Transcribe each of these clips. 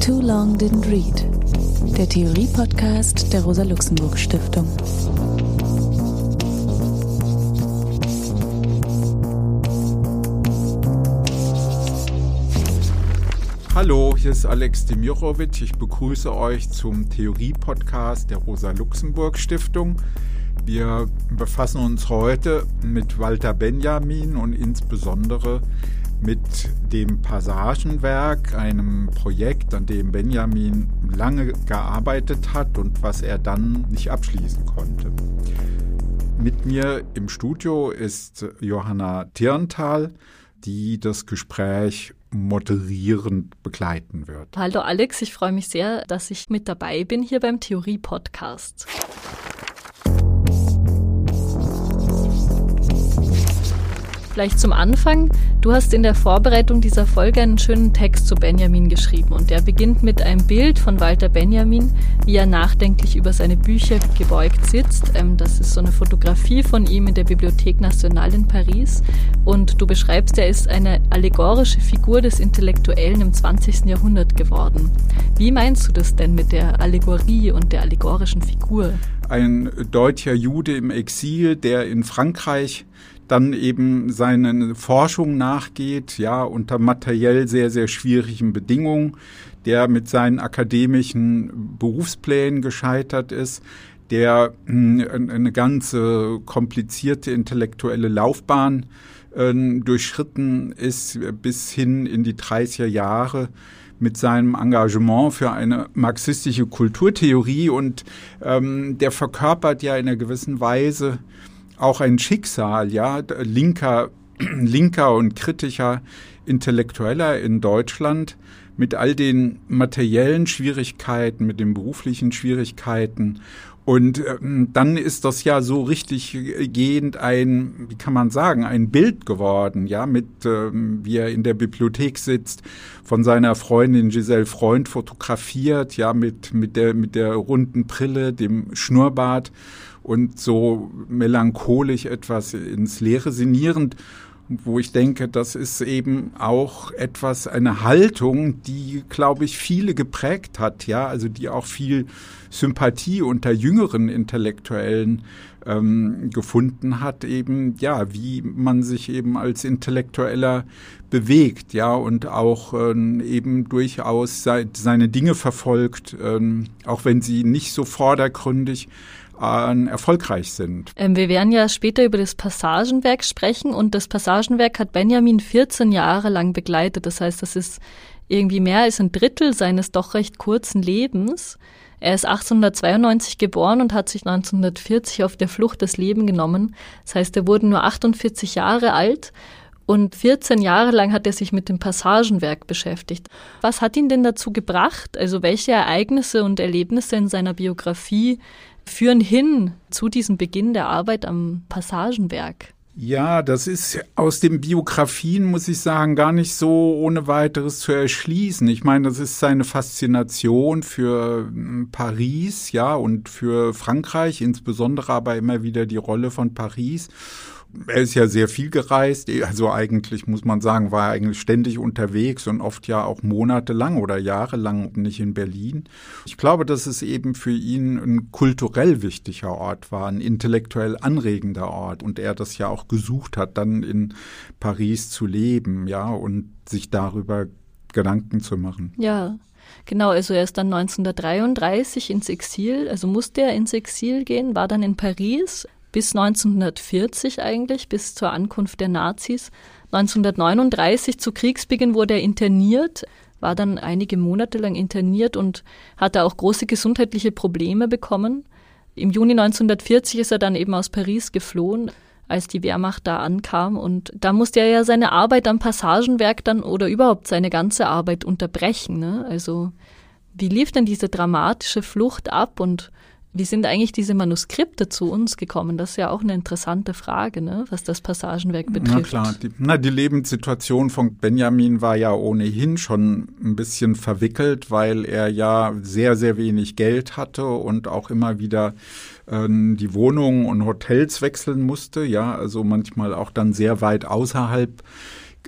Too Long Didn't Read, der Theorie-Podcast der Rosa-Luxemburg-Stiftung. Hallo, hier ist Alex Demirovic. Ich begrüße euch zum Theorie-Podcast der Rosa-Luxemburg-Stiftung. Wir befassen uns heute mit Walter Benjamin und insbesondere mit dem Passagenwerk, einem Projekt, an dem Benjamin lange gearbeitet hat und was er dann nicht abschließen konnte. Mit mir im Studio ist Johanna Tirntal, die das Gespräch moderierend begleiten wird. Hallo Alex, ich freue mich sehr, dass ich mit dabei bin hier beim Theorie-Podcast. Vielleicht zum Anfang. Du hast in der Vorbereitung dieser Folge einen schönen Text zu Benjamin geschrieben und der beginnt mit einem Bild von Walter Benjamin, wie er nachdenklich über seine Bücher gebeugt sitzt. Das ist so eine Fotografie von ihm in der Bibliothèque Nationale in Paris und du beschreibst, er ist eine allegorische Figur des Intellektuellen im 20. Jahrhundert geworden. Wie meinst du das denn mit der Allegorie und der allegorischen Figur? Ein deutscher Jude im Exil, der in Frankreich dann eben seine Forschung nachgeht, ja, unter materiell sehr, sehr schwierigen Bedingungen, der mit seinen akademischen Berufsplänen gescheitert ist, der eine ganze komplizierte intellektuelle Laufbahn durchschritten ist bis hin in die 30er Jahre mit seinem Engagement für eine marxistische Kulturtheorie und der verkörpert ja in einer gewissen Weise auch ein Schicksal, ja, linker und kritischer Intellektueller in Deutschland mit all den materiellen Schwierigkeiten, mit den beruflichen Schwierigkeiten. Und dann ist das ja so richtig gehend ein Bild geworden, ja, mit wie er in der Bibliothek sitzt, von seiner Freundin Giselle Freund fotografiert, ja, mit der runden Brille, dem Schnurrbart und so melancholisch etwas ins Leere sinnierend, wo ich denke, das ist eben auch eine Haltung, die, glaube ich, viele geprägt hat, ja, also die auch viel Sympathie unter jüngeren Intellektuellen gefunden hat, eben, ja, wie man sich eben als Intellektueller bewegt, ja, und auch eben durchaus seine Dinge verfolgt, auch wenn sie nicht so vordergründig erfolgreich sind. Wir werden ja später über das Passagenwerk sprechen und das Passagenwerk hat Benjamin 14 Jahre lang begleitet. Das heißt, das ist irgendwie mehr als ein Drittel seines doch recht kurzen Lebens. Er ist 1892 geboren und hat sich 1940 auf der Flucht das Leben genommen. Das heißt, er wurde nur 48 Jahre alt und 14 Jahre lang hat er sich mit dem Passagenwerk beschäftigt. Was hat ihn denn dazu gebracht? Also welche Ereignisse und Erlebnisse in seiner Biografie führen hin zu diesem Beginn der Arbeit am Passagenwerk? Ja, das ist aus den Biografien, muss ich sagen, gar nicht so ohne weiteres zu erschließen. Ich meine, das ist seine Faszination für Paris, ja, und für Frankreich, insbesondere aber immer wieder die Rolle von Paris. Er ist ja sehr viel gereist, also eigentlich muss man sagen, war er eigentlich ständig unterwegs und oft ja auch monatelang oder jahrelang nicht in Berlin. Ich glaube, dass es eben für ihn ein kulturell wichtiger Ort war, ein intellektuell anregender Ort und er das ja auch gesucht hat, dann in Paris zu leben, ja, und sich darüber Gedanken zu machen. Ja. Genau, also er ist dann 1933 ins Exil, also musste er ins Exil gehen, war dann in Paris bis 1940 eigentlich, bis zur Ankunft der Nazis. 1939 zu Kriegsbeginn wurde er interniert, war dann einige Monate lang interniert und hatte auch große gesundheitliche Probleme bekommen. Im Juni 1940 ist er dann eben aus Paris geflohen, als die Wehrmacht da ankam. Und da musste er ja seine Arbeit am Passagenwerk dann oder überhaupt seine ganze Arbeit unterbrechen, ne? Also wie lief denn diese dramatische Flucht ab und wie sind eigentlich diese Manuskripte zu uns gekommen? Das ist ja auch eine interessante Frage, ne, was das Passagenwerk betrifft. Na klar, die Lebenssituation von Benjamin war ja ohnehin schon ein bisschen verwickelt, weil er ja sehr, sehr wenig Geld hatte und auch immer wieder die Wohnungen und Hotels wechseln musste, ja, also manchmal auch dann sehr weit außerhalb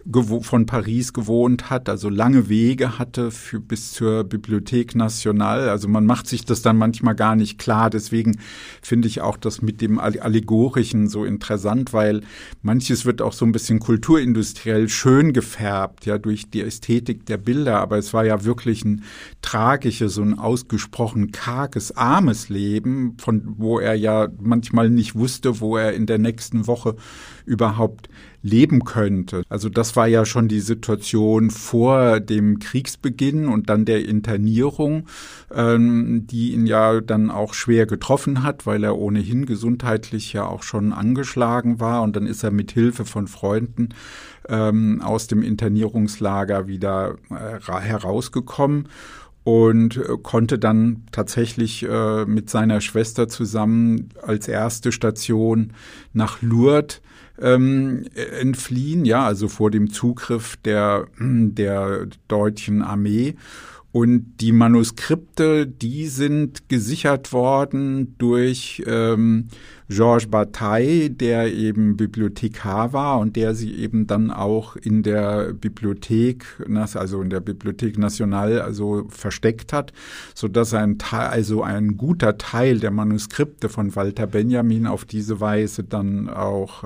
von Paris gewohnt hat, also lange Wege hatte bis zur Bibliothèque Nationale. Also man macht sich das dann manchmal gar nicht klar. Deswegen finde ich auch das mit dem Allegorischen so interessant, weil manches wird auch so ein bisschen kulturindustriell schön gefärbt, ja, durch die Ästhetik der Bilder. Aber es war ja wirklich ein tragisches, so ein ausgesprochen karges, armes Leben, wo er ja manchmal nicht wusste, wo er in der nächsten Woche überhaupt leben könnte. Also das war ja schon die Situation vor dem Kriegsbeginn und dann der Internierung, die ihn ja dann auch schwer getroffen hat, weil er ohnehin gesundheitlich ja auch schon angeschlagen war. Und dann ist er mit Hilfe von Freunden aus dem Internierungslager wieder herausgekommen und konnte dann tatsächlich mit seiner Schwester zusammen als erste Station nach Lourdes entfliehen, ja, also vor dem Zugriff der deutschen Armee. Und die Manuskripte, die sind gesichert worden durch Georges Bataille, der eben Bibliothekar war und der sie eben dann auch in der Bibliothek, also in der Bibliothèque Nationale, also versteckt hat, so dass ein guter Teil der Manuskripte von Walter Benjamin auf diese Weise dann auch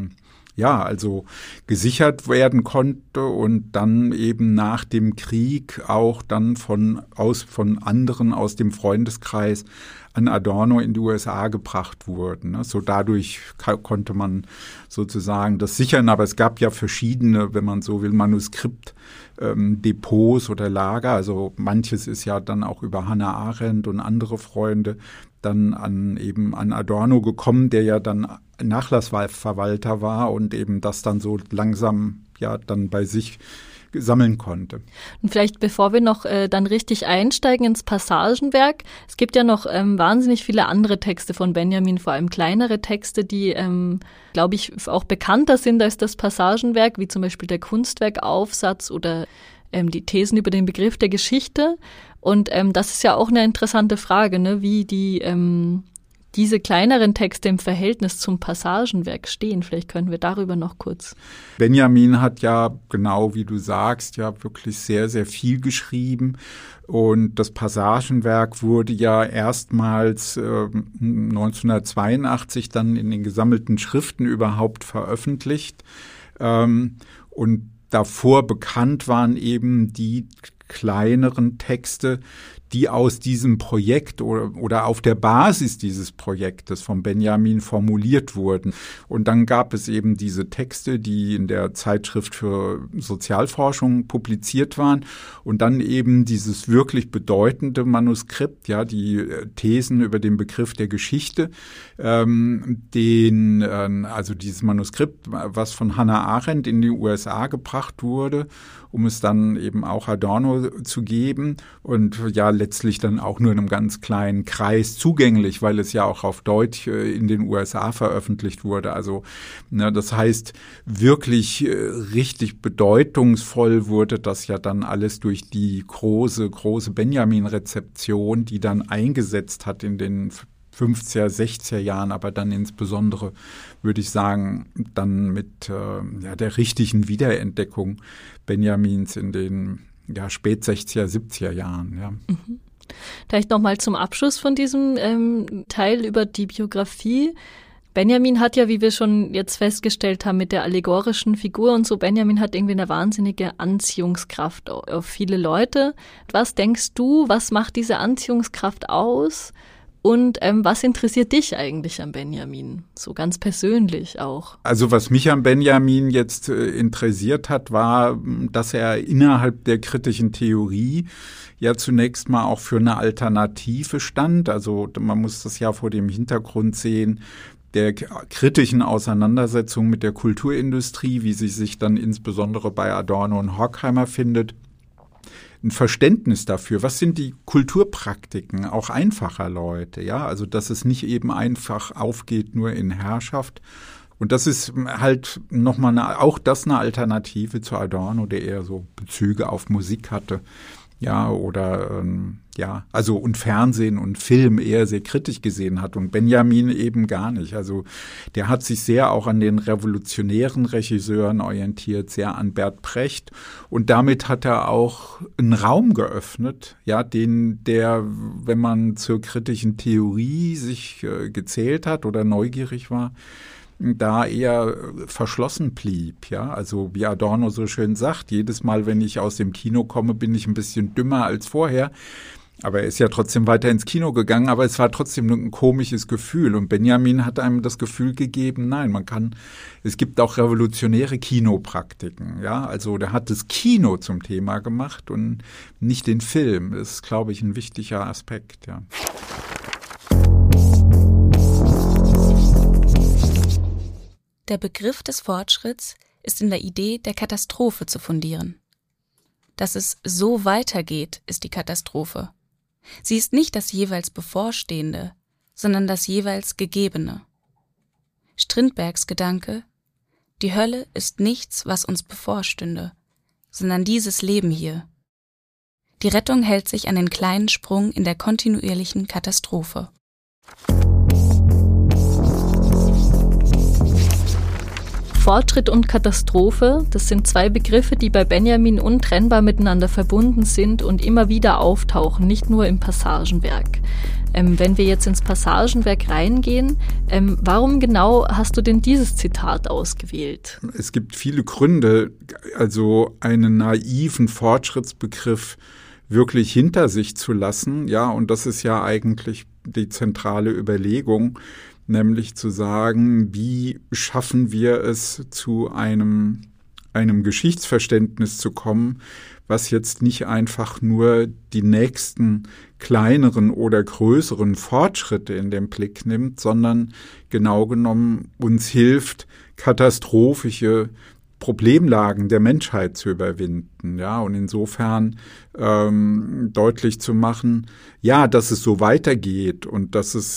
also gesichert werden konnte und dann eben nach dem Krieg auch dann von anderen aus dem Freundeskreis an Adorno in die USA gebracht wurden. So dadurch konnte man sozusagen das sichern, aber es gab ja verschiedene, wenn man so will, Manuskriptdepots oder Lager. Also manches ist ja dann auch über Hannah Arendt und andere Freunde dann an Adorno gekommen, der ja dann Nachlassverwalter war und eben das dann so langsam ja dann bei sich sammeln konnte. Und vielleicht, bevor wir noch dann richtig einsteigen ins Passagenwerk, es gibt ja noch wahnsinnig viele andere Texte von Benjamin, vor allem kleinere Texte, die, glaube ich, auch bekannter sind als das Passagenwerk, wie zum Beispiel der Kunstwerkaufsatz oder die Thesen über den Begriff der Geschichte. Und das ist ja auch eine interessante Frage, ne, wie diese kleineren Texte im Verhältnis zum Passagenwerk stehen. Vielleicht können wir darüber noch kurz. Benjamin hat ja, genau wie du sagst, ja wirklich sehr, sehr viel geschrieben. Und das Passagenwerk wurde ja erstmals 1982 dann in den gesammelten Schriften überhaupt veröffentlicht. Und davor bekannt waren eben die kleineren Texte, die aus diesem Projekt oder auf der Basis dieses Projektes von Benjamin formuliert wurden. Und dann gab es eben diese Texte, die in der Zeitschrift für Sozialforschung publiziert waren. Und dann eben dieses wirklich bedeutende Manuskript, ja, die Thesen über den Begriff der Geschichte, also dieses Manuskript, was von Hannah Arendt in die USA gebracht wurde, um es dann eben auch Adorno zu geben und ja letztlich dann auch nur in einem ganz kleinen Kreis zugänglich, weil es ja auch auf Deutsch in den USA veröffentlicht wurde. Also das heißt, wirklich richtig bedeutungsvoll wurde das ja dann alles durch die große Benjamin-Rezeption, die dann eingesetzt hat in den 50er, 60er Jahren, aber dann insbesondere, würde ich sagen, dann mit der richtigen Wiederentdeckung Benjamins in den spät 60er, 70er Jahren. Ja. Mhm. Vielleicht nochmal zum Abschluss von diesem Teil über die Biografie. Benjamin hat ja, wie wir schon jetzt festgestellt haben, mit der allegorischen Figur und so, Benjamin hat irgendwie eine wahnsinnige Anziehungskraft auf viele Leute. Was denkst du, was macht diese Anziehungskraft aus? Und was interessiert dich eigentlich an Benjamin, so ganz persönlich auch? Also was mich an Benjamin jetzt interessiert hat, war, dass er innerhalb der kritischen Theorie ja zunächst mal auch für eine Alternative stand. Also man muss das ja vor dem Hintergrund sehen, der kritischen Auseinandersetzung mit der Kulturindustrie, wie sie sich dann insbesondere bei Adorno und Horkheimer findet. Ein Verständnis dafür, was sind die Kulturpraktiken auch einfacher Leute, ja, also dass es nicht eben einfach aufgeht nur in Herrschaft Und das ist halt nochmal auch das eine Alternative zu Adorno, der eher so Bezüge auf Musik hatte. Ja, oder also und Fernsehen und Film eher sehr kritisch gesehen hat und Benjamin eben gar nicht. Also der hat sich sehr auch an den revolutionären Regisseuren orientiert, sehr an Bert Brecht und damit hat er auch einen Raum geöffnet, ja, der, wenn man zur kritischen Theorie sich gezählt hat oder neugierig war, da eher verschlossen blieb, ja, also wie Adorno so schön sagt, jedes Mal, wenn ich aus dem Kino komme, bin ich ein bisschen dümmer als vorher, aber er ist ja trotzdem weiter ins Kino gegangen, aber es war trotzdem ein komisches Gefühl und Benjamin hat einem das Gefühl gegeben, nein, es gibt auch revolutionäre Kinopraktiken, ja, also der hat das Kino zum Thema gemacht und nicht den Film, das ist, glaube ich, ein wichtiger Aspekt, ja. Der Begriff des Fortschritts ist in der Idee der Katastrophe zu fundieren. Dass es so weitergeht, ist die Katastrophe. Sie ist nicht das jeweils Bevorstehende, sondern das jeweils Gegebene. Strindbergs Gedanke: Die Hölle ist nichts, was uns bevorstünde, sondern dieses Leben hier. Die Rettung hält sich an den kleinen Sprung in der kontinuierlichen Katastrophe. Fortschritt und Katastrophe, das sind zwei Begriffe, die bei Benjamin untrennbar miteinander verbunden sind und immer wieder auftauchen, nicht nur im Passagenwerk. Wenn wir jetzt ins Passagenwerk reingehen, warum genau hast du denn dieses Zitat ausgewählt? Es gibt viele Gründe, also einen naiven Fortschrittsbegriff wirklich hinter sich zu lassen, ja, und das ist ja eigentlich die zentrale Überlegung, nämlich zu sagen, wie schaffen wir es, zu einem Geschichtsverständnis zu kommen, was jetzt nicht einfach nur die nächsten kleineren oder größeren Fortschritte in den Blick nimmt, sondern genau genommen uns hilft, katastrophische Problemlagen der Menschheit zu überwinden, ja, und insofern deutlich zu machen, ja, dass es so weitergeht und dass es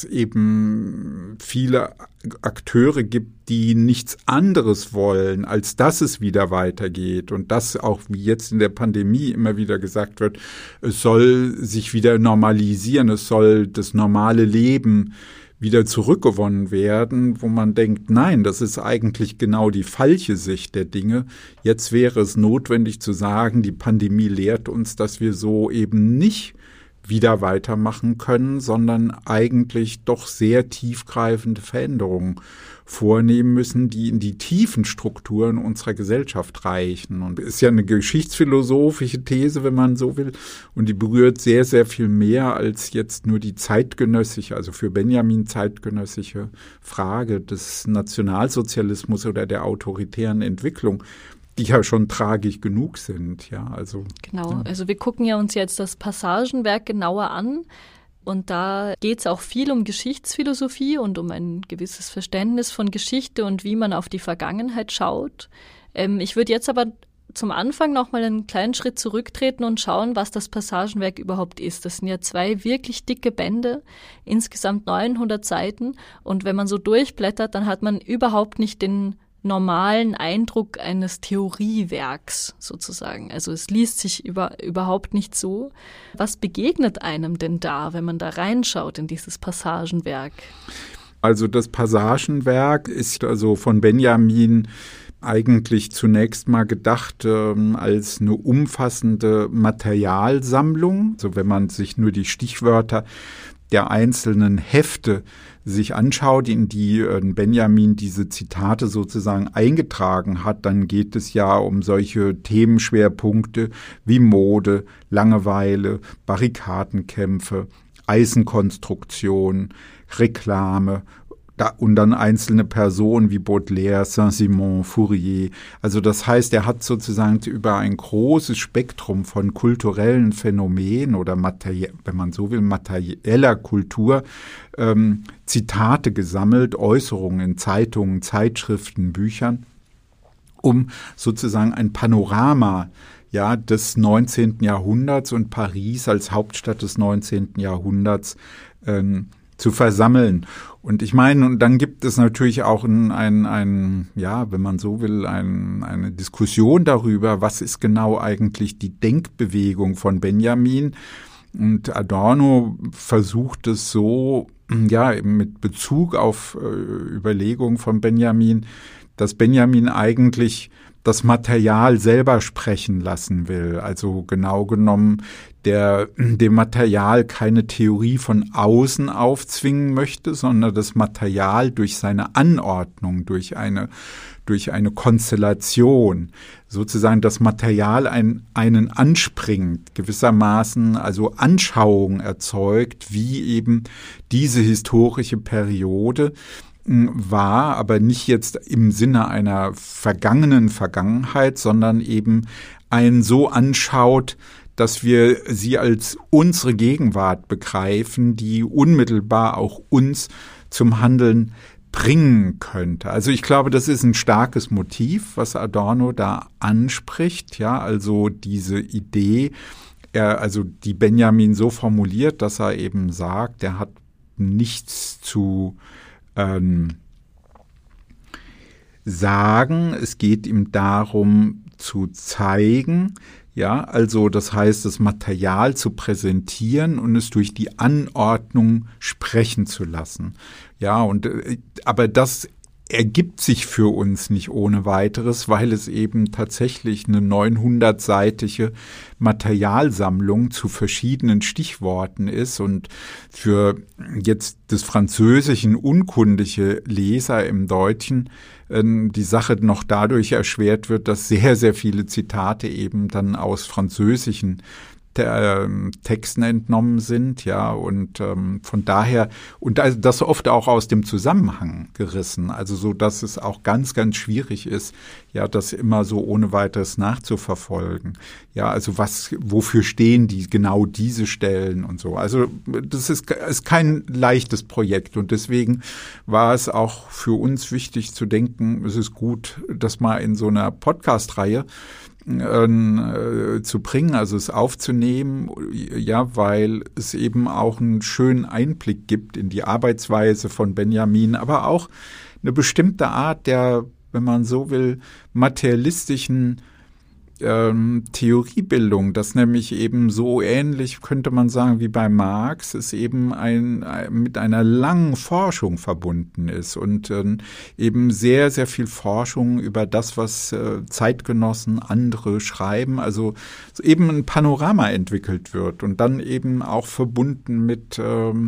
eben viele Akteure gibt, die nichts anderes wollen, als dass es wieder weitergeht und dass auch, wie jetzt in der Pandemie immer wieder gesagt wird, es soll sich wieder normalisieren, es soll das normale Leben wieder zurückgewonnen werden, wo man denkt, nein, das ist eigentlich genau die falsche Sicht der Dinge. Jetzt wäre es notwendig zu sagen, die Pandemie lehrt uns, dass wir so eben nicht wieder weitermachen können, sondern eigentlich doch sehr tiefgreifende Veränderungen vornehmen müssen, die in die tiefen Strukturen unserer Gesellschaft reichen. Und ist ja eine geschichtsphilosophische These, wenn man so will, und die berührt sehr, sehr viel mehr als jetzt nur die zeitgenössische, also für Benjamin zeitgenössische Frage des Nationalsozialismus oder der autoritären Entwicklung, die ja schon tragisch genug sind, ja, also. Genau, ja. Also wir gucken ja uns jetzt das Passagenwerk genauer an und da geht es auch viel um Geschichtsphilosophie und um ein gewisses Verständnis von Geschichte und wie man auf die Vergangenheit schaut. Ich würde jetzt aber zum Anfang noch mal einen kleinen Schritt zurücktreten und schauen, was das Passagenwerk überhaupt ist. Das sind ja 2 wirklich dicke Bände, insgesamt 900 Seiten und wenn man so durchblättert, dann hat man überhaupt nicht den normalen Eindruck eines Theoriewerks sozusagen. Also es liest sich überhaupt nicht so. Was begegnet einem denn da, wenn man da reinschaut in dieses Passagenwerk? Also das Passagenwerk ist also von Benjamin eigentlich zunächst mal gedacht als eine umfassende Materialsammlung. Also wenn man sich nur die Stichwörter der einzelnen Hefte sich anschaut, in die Benjamin diese Zitate sozusagen eingetragen hat, dann geht es ja um solche Themenschwerpunkte wie Mode, Langeweile, Barrikadenkämpfe, Eisenkonstruktion, Reklame, und dann einzelne Personen wie Baudelaire, Saint-Simon, Fourier. Also das heißt, er hat sozusagen über ein großes Spektrum von kulturellen Phänomenen oder wenn man so will, materieller Kultur Zitate gesammelt, Äußerungen in Zeitungen, Zeitschriften, Büchern, um sozusagen ein Panorama des 19. Jahrhunderts und Paris als Hauptstadt des 19. Jahrhunderts zu versammeln. Und ich meine, und dann gibt es natürlich auch wenn man so will, eine Diskussion darüber, was ist genau eigentlich die Denkbewegung von Benjamin. Und Adorno versucht es so, mit Bezug auf Überlegungen von Benjamin, dass Benjamin eigentlich das Material selber sprechen lassen will. Also genau genommen, dem Material keine Theorie von außen aufzwingen möchte, sondern das Material durch seine Anordnung, durch eine Konstellation, sozusagen das Material einen anspringt, gewissermaßen also Anschauung erzeugt, wie eben diese historische Periode war, aber nicht jetzt im Sinne einer vergangenen Vergangenheit, sondern eben einen so anschaut, dass wir sie als unsere Gegenwart begreifen, die unmittelbar auch uns zum Handeln bringen könnte. Also ich glaube, das ist ein starkes Motiv, was Adorno da anspricht, ja, also diese Idee, die Benjamin so formuliert, dass er eben sagt, er hat nichts zu sagen, es geht ihm darum zu zeigen, ja, also das heißt, das Material zu präsentieren und es durch die Anordnung sprechen zu lassen. Ja, aber das ergibt sich für uns nicht ohne weiteres, weil es eben tatsächlich eine 900-seitige Materialsammlung zu verschiedenen Stichworten ist und für jetzt des Französischen unkundige Leser im Deutschen die Sache noch dadurch erschwert wird, dass sehr, sehr viele Zitate eben dann aus französischen Texten entnommen sind, ja, und von daher, und das oft auch aus dem Zusammenhang gerissen, also so, dass es auch ganz, ganz schwierig ist, ja, das immer so ohne weiteres nachzuverfolgen. Ja, also wofür stehen genau diese Stellen und so. Also das ist kein leichtes Projekt und deswegen war es auch für uns wichtig zu denken, es ist gut, das mal in so einer Podcast-Reihe zu bringen, also es aufzunehmen, ja, weil es eben auch einen schönen Einblick gibt in die Arbeitsweise von Benjamin, aber auch eine bestimmte Art der, wenn man so will, materialistischen Theoriebildung, das nämlich eben so ähnlich, könnte man sagen, wie bei Marx, es eben mit einer langen Forschung verbunden ist und eben sehr, sehr viel Forschung über das, was Zeitgenossen, andere schreiben, also eben ein Panorama entwickelt wird und dann eben auch verbunden mit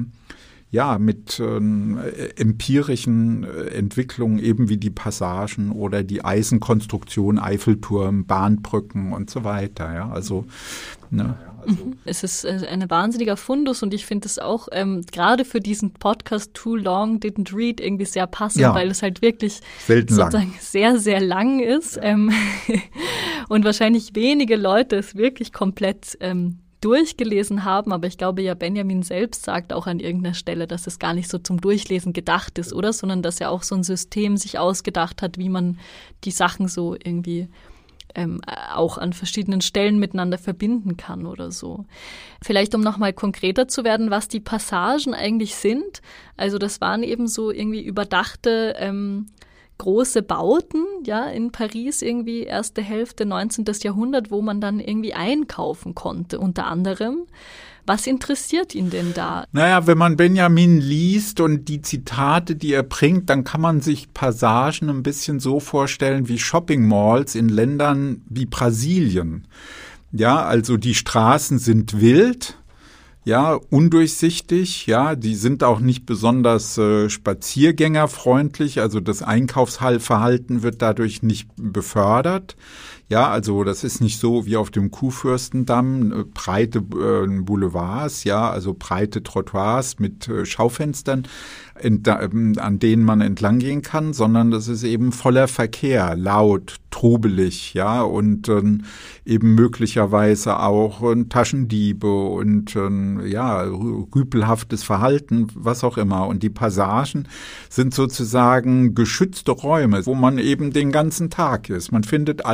empirischen Entwicklungen, eben wie die Passagen oder die Eisenkonstruktion, Eiffelturm, Bahnbrücken und so weiter. Ja, also, ne. Es ist ein wahnsinniger Fundus und ich finde es auch gerade für diesen Podcast Too Long Didn't Read irgendwie sehr passend, ja, weil es halt wirklich sozusagen sehr, sehr lang ist, ja. Und wahrscheinlich wenige Leute es wirklich komplett durchgelesen haben, aber ich glaube ja, Benjamin selbst sagt auch an irgendeiner Stelle, dass es gar nicht so zum Durchlesen gedacht ist, oder? Sondern dass er auch so ein System sich ausgedacht hat, wie man die Sachen so irgendwie auch an verschiedenen Stellen miteinander verbinden kann oder so. Vielleicht, um nochmal konkreter zu werden, was die Passagen eigentlich sind. Also das waren eben so irgendwie überdachte große Bauten, ja, in Paris irgendwie erste Hälfte 19. Jahrhundert, wo man dann irgendwie einkaufen konnte, unter anderem. Was interessiert ihn denn da? Naja, wenn man Benjamin liest und die Zitate, die er bringt, dann kann man sich Passagen ein bisschen so vorstellen wie Shopping Malls in Ländern wie Brasilien. Ja, also die Straßen sind wild, ja, undurchsichtig, ja, die sind auch nicht besonders spaziergängerfreundlich, also das Einkaufsverhalten wird dadurch nicht befördert. Ja, also das ist nicht so wie auf dem Kurfürstendamm, breite Boulevards, ja, also breite Trottoirs mit Schaufenstern, an denen man entlang gehen kann, sondern das ist eben voller Verkehr, laut, trubelig, ja, und eben möglicherweise auch Taschendiebe und rüpelhaftes Verhalten, was auch immer. Und die Passagen sind sozusagen geschützte Räume, wo man eben den ganzen Tag ist. Man findet alles, ja.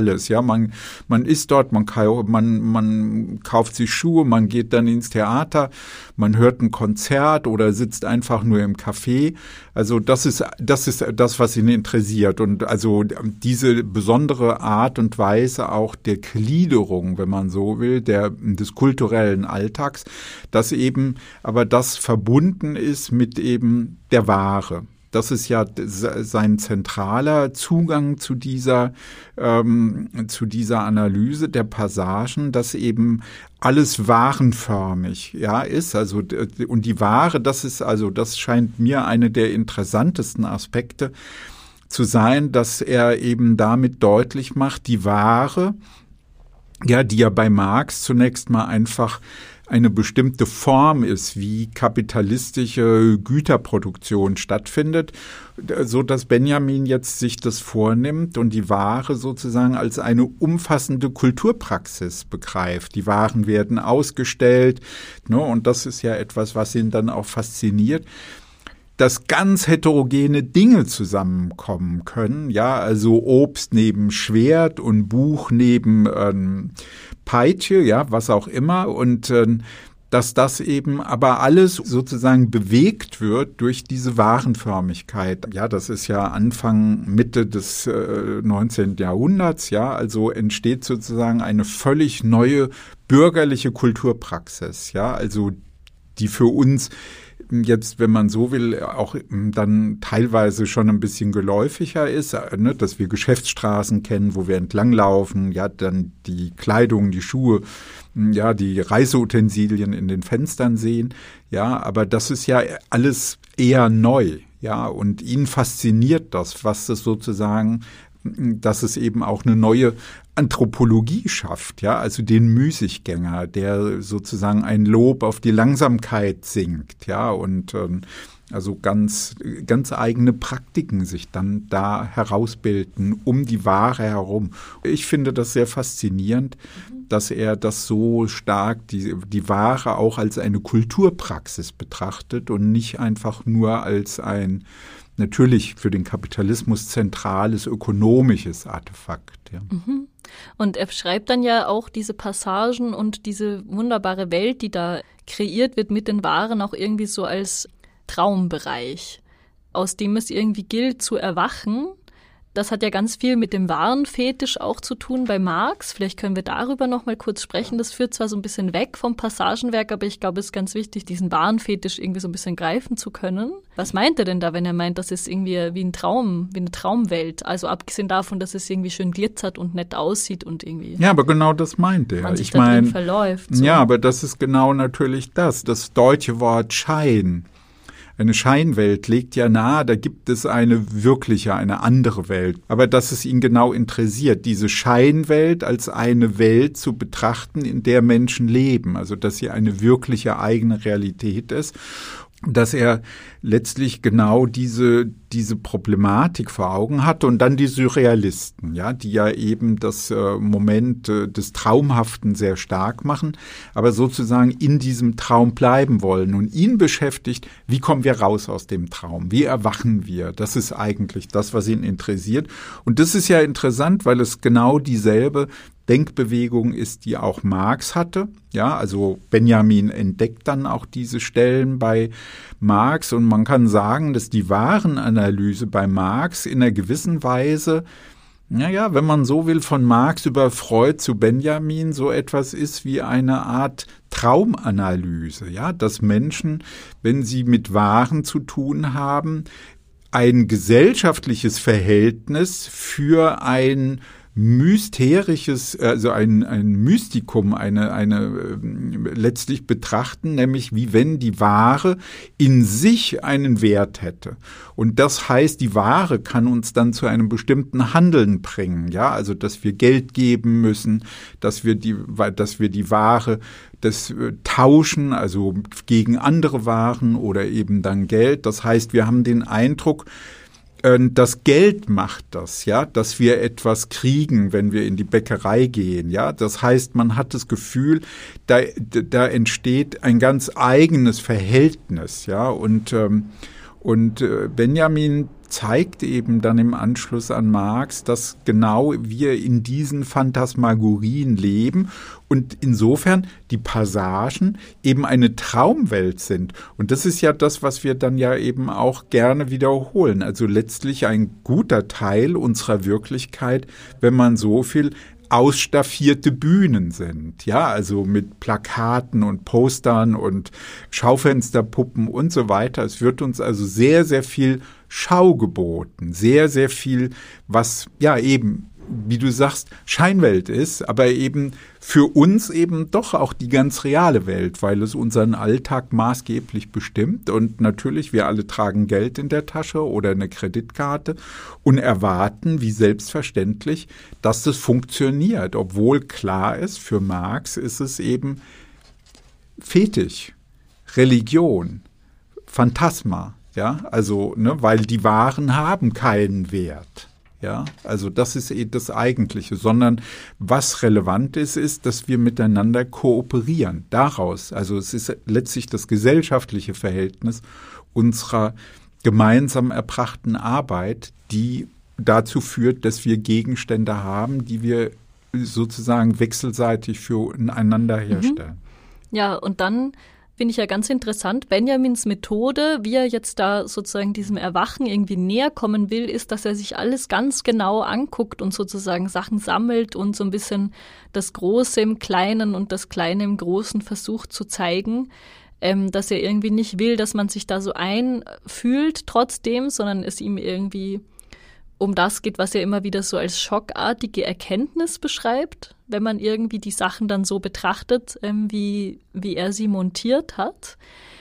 man ist dort, man kauft sich Schuhe, man geht dann ins Theater, man hört ein Konzert oder sitzt einfach nur im Café. Also das ist das, was ihn interessiert. Und also diese besondere Art und Weise auch der Gliederung, wenn man so will, des kulturellen Alltags, dass eben aber das verbunden ist mit eben der Ware. Das ist ja sein zentraler Zugang zu dieser Analyse der Passagen, dass eben alles warenförmig, ja, ist. Also, und die Ware, das scheint mir eine der interessantesten Aspekte zu sein, dass er eben damit deutlich macht, die Ware, ja, die ja bei Marx zunächst mal einfach eine bestimmte Form ist, wie kapitalistische Güterproduktion stattfindet, so dass Benjamin jetzt sich das vornimmt und die Ware sozusagen als eine umfassende Kulturpraxis begreift. Die Waren werden ausgestellt, ne, und das ist ja etwas, was ihn dann auch fasziniert, dass ganz heterogene Dinge zusammenkommen können, ja, also Obst neben Schwert und Buch neben Peitsche, ja, was auch immer, und dass das eben aber alles sozusagen bewegt wird durch diese Warenförmigkeit. Ja, das ist ja Mitte des 19. Jahrhunderts, ja, also entsteht sozusagen eine völlig neue bürgerliche Kulturpraxis, ja, also die für uns jetzt, wenn man so will, auch dann teilweise schon ein bisschen geläufiger ist, ne, dass wir Geschäftsstraßen kennen, wo wir entlanglaufen, ja, dann die Kleidung, die Schuhe, ja, die Reiseutensilien in den Fenstern sehen, ja, aber das ist ja alles eher neu, ja, und ihn fasziniert das, was das sozusagen, dass es eben auch eine neue Anthropologie schafft, ja, also den Müßiggänger, der sozusagen ein Lob auf die Langsamkeit singt, ja, und also ganz eigene Praktiken sich dann da herausbilden um die Ware herum. Ich finde das sehr faszinierend, dass er das so stark, die Ware auch als eine Kulturpraxis betrachtet und nicht einfach nur als ein natürlich für den Kapitalismus zentrales ökonomisches Artefakt. Ja. Und er beschreibt dann ja auch diese Passagen und diese wunderbare Welt, die da kreiert wird mit den Waren, auch irgendwie so als Traumbereich, aus dem es irgendwie gilt zu erwachen. Das hat ja ganz viel mit dem Warenfetisch auch zu tun bei Marx. Vielleicht können wir darüber noch mal kurz sprechen. Das führt zwar so ein bisschen weg vom Passagenwerk, aber ich glaube, es ist ganz wichtig, diesen Warenfetisch irgendwie so ein bisschen greifen zu können. Was meint er denn da, wenn er meint, das ist irgendwie wie ein Traum, wie eine Traumwelt? Also abgesehen davon, dass es irgendwie schön glitzert und nett aussieht und irgendwie. Ja, aber genau das meint er. Man sich da drin verläuft. So. Ja, aber das ist genau natürlich das deutsche Wort Schein. Eine Scheinwelt legt ja nahe, da gibt es eine andere Welt. Aber dass es ihn genau interessiert, diese Scheinwelt als eine Welt zu betrachten, in der Menschen leben. Also dass sie eine wirkliche eigene Realität ist. Dass er letztlich genau diese Problematik vor Augen hatte und dann die Surrealisten, ja, die ja eben das Moment des Traumhaften sehr stark machen, aber sozusagen in diesem Traum bleiben wollen. Und ihn beschäftigt, wie kommen wir raus aus dem Traum? Wie erwachen wir? Das ist eigentlich das, was ihn interessiert. Und das ist ja interessant, weil es genau dieselbe Denkbewegung ist, die auch Marx hatte. Ja, also Benjamin entdeckt dann auch diese Stellen bei Marx und man kann sagen, dass die Warenanalyse bei Marx in einer gewissen Weise, naja, wenn man so will, von Marx über Freud zu Benjamin so etwas ist wie eine Art Traumanalyse. Ja, dass Menschen, wenn sie mit Waren zu tun haben, ein gesellschaftliches Verhältnis für ein mysterisches, also ein Mystikum, eine letztlich betrachten, nämlich wie wenn die Ware in sich einen Wert hätte. Und das heißt, die Ware kann uns dann zu einem bestimmten Handeln bringen, ja, also dass wir Geld geben müssen, dass wir die Ware tauschen, also gegen andere Waren oder eben dann Geld. Das heißt, wir haben den Eindruck, das Geld macht das, ja, dass wir etwas kriegen, wenn wir in die Bäckerei gehen, ja. Das heißt, man hat das Gefühl, da entsteht ein ganz eigenes Verhältnis, ja. Und Und Benjamin zeigt eben dann im Anschluss an Marx, dass genau wir in diesen Phantasmagorien leben und insofern die Passagen eben eine Traumwelt sind. Und das ist ja das, was wir dann ja eben auch gerne wiederholen. Also letztlich ein guter Teil unserer Wirklichkeit, wenn man so viel ausstaffierte Bühnen sind, ja, also mit Plakaten und Postern und Schaufensterpuppen und so weiter. Es wird uns also sehr, sehr viel Schau geboten, sehr, sehr viel, was ja eben, wie du sagst, Scheinwelt ist, aber eben für uns eben doch auch die ganz reale Welt, weil es unseren Alltag maßgeblich bestimmt und natürlich, wir alle tragen Geld in der Tasche oder eine Kreditkarte und erwarten, wie selbstverständlich, dass das funktioniert, obwohl klar ist, für Marx ist es eben Fetisch, Religion, Phantasma, ja, also, weil die Waren haben keinen Wert. Ja, also das ist das Eigentliche, sondern was relevant ist, ist, dass wir miteinander kooperieren. Daraus, also es ist letztlich das gesellschaftliche Verhältnis unserer gemeinsam erbrachten Arbeit, die dazu führt, dass wir Gegenstände haben, die wir sozusagen wechselseitig füreinander herstellen. Ja, und dann finde ich ja ganz interessant, Benjamins Methode, wie er jetzt da sozusagen diesem Erwachen irgendwie näher kommen will, ist, dass er sich alles ganz genau anguckt und sozusagen Sachen sammelt und so ein bisschen das Große im Kleinen und das Kleine im Großen versucht zu zeigen, dass er irgendwie nicht will, dass man sich da so einfühlt trotzdem, sondern es ihm irgendwie um das geht, was er immer wieder so als schockartige Erkenntnis beschreibt, wenn man irgendwie die Sachen dann so betrachtet, wie er sie montiert hat.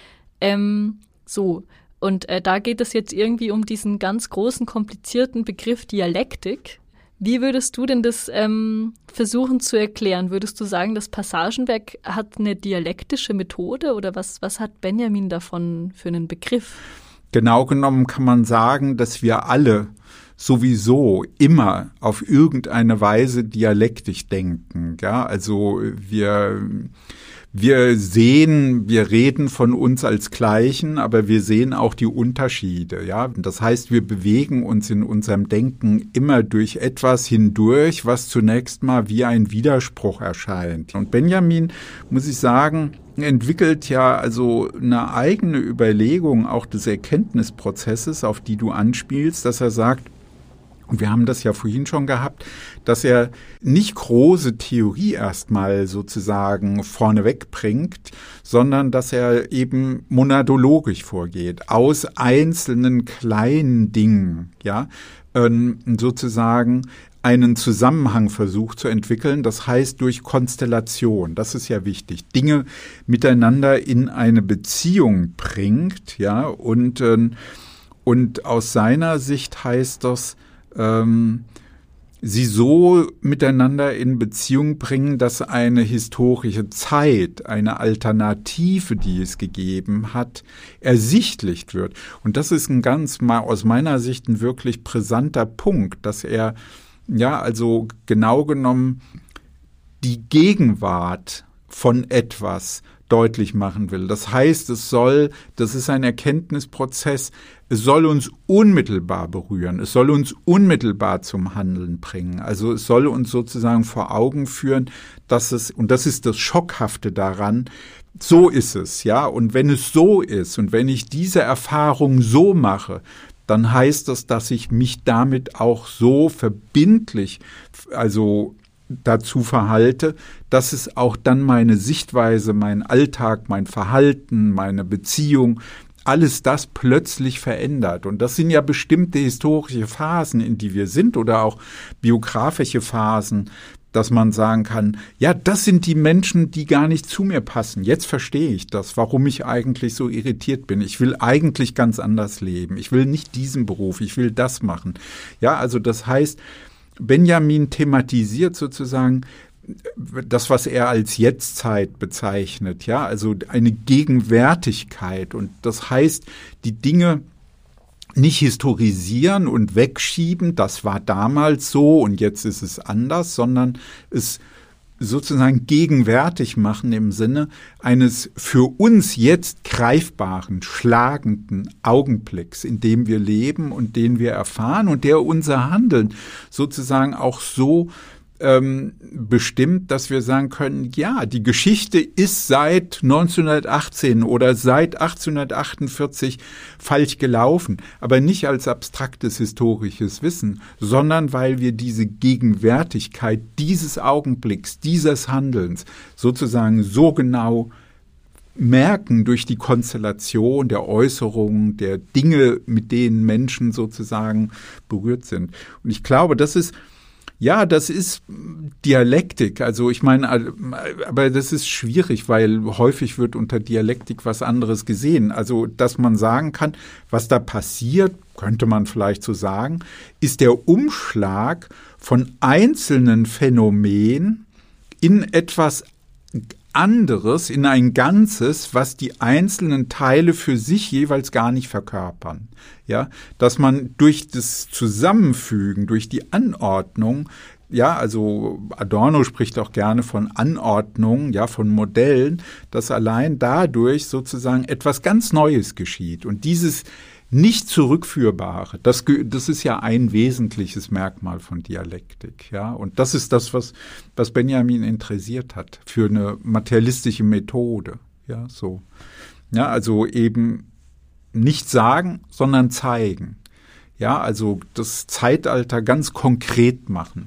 Und da geht es jetzt irgendwie um diesen ganz großen, komplizierten Begriff Dialektik. Wie würdest du denn das versuchen zu erklären? Würdest du sagen, das Passagenwerk hat eine dialektische Methode oder was hat Benjamin davon für einen Begriff? Genau genommen kann man sagen, dass wir alle sowieso immer auf irgendeine Weise dialektisch denken. Ja, also wir reden von uns als Gleichen, aber wir sehen auch die Unterschiede. Ja, das heißt, wir bewegen uns in unserem Denken immer durch etwas hindurch, was zunächst mal wie ein Widerspruch erscheint. Und Benjamin, muss ich sagen, entwickelt ja also eine eigene Überlegung auch des Erkenntnisprozesses, auf die du anspielst, dass er sagt, und wir haben das ja vorhin schon gehabt, dass er nicht große Theorie erstmal sozusagen vorneweg bringt, sondern dass er eben monadologisch vorgeht, aus einzelnen kleinen Dingen, ja, sozusagen einen Zusammenhang versucht zu entwickeln, das heißt durch Konstellation, das ist ja wichtig, Dinge miteinander in eine Beziehung bringt, ja, und aus seiner Sicht heißt das, sie so miteinander in Beziehung bringen, dass eine historische Zeit, eine Alternative, die es gegeben hat, ersichtlich wird. Und das ist aus meiner Sicht ein wirklich brisanter Punkt, dass er, ja, also genau genommen die Gegenwart von etwas deutlich machen will. Das heißt, das ist ein Erkenntnisprozess, es soll uns unmittelbar berühren, es soll uns unmittelbar zum Handeln bringen. Also es soll uns sozusagen vor Augen führen, und das ist das Schockhafte daran, so ist es, ja. Und wenn es so ist und wenn ich diese Erfahrung so mache, dann heißt das, dass ich mich damit auch so verbindlich, also dazu verhalte, dass es auch dann meine Sichtweise, mein Alltag, mein Verhalten, meine Beziehung, alles das plötzlich verändert. Und das sind ja bestimmte historische Phasen, in die wir sind, oder auch biografische Phasen, dass man sagen kann, ja, das sind die Menschen, die gar nicht zu mir passen. Jetzt verstehe ich das, warum ich eigentlich so irritiert bin. Ich will eigentlich ganz anders leben. Ich will nicht diesen Beruf, ich will das machen. Ja, also das heißt, Benjamin thematisiert sozusagen das, was er als Jetztzeit bezeichnet, ja, also eine Gegenwärtigkeit. Und das heißt, die Dinge nicht historisieren und wegschieben, das war damals so und jetzt ist es anders, sondern es sozusagen gegenwärtig machen im Sinne eines für uns jetzt greifbaren, schlagenden Augenblicks, in dem wir leben und den wir erfahren und der unser Handeln sozusagen auch so bestimmt, dass wir sagen können, ja, die Geschichte ist seit 1918 oder seit 1848 falsch gelaufen, aber nicht als abstraktes historisches Wissen, sondern weil wir diese Gegenwärtigkeit dieses Augenblicks, dieses Handelns sozusagen so genau merken durch die Konstellation der Äußerungen, der Dinge, mit denen Menschen sozusagen berührt sind. Und ich glaube, das ist Dialektik. Also ich meine, aber das ist schwierig, weil häufig wird unter Dialektik was anderes gesehen. Also, dass man sagen kann, was da passiert, könnte man vielleicht so sagen, ist der Umschlag von einzelnen Phänomenen in etwas anderes, in ein Ganzes, was die einzelnen Teile für sich jeweils gar nicht verkörpern. Ja, dass man durch das Zusammenfügen, durch die Anordnung, ja, also Adorno spricht auch gerne von Anordnung, ja, von Modellen, dass allein dadurch sozusagen etwas ganz Neues geschieht. Und dieses nicht zurückführbare, das ist ja ein wesentliches Merkmal von Dialektik, ja. Und das ist das, was Benjamin interessiert hat für eine materialistische Methode, ja, so. Ja, also eben nicht sagen, sondern zeigen. Ja, also das Zeitalter ganz konkret machen.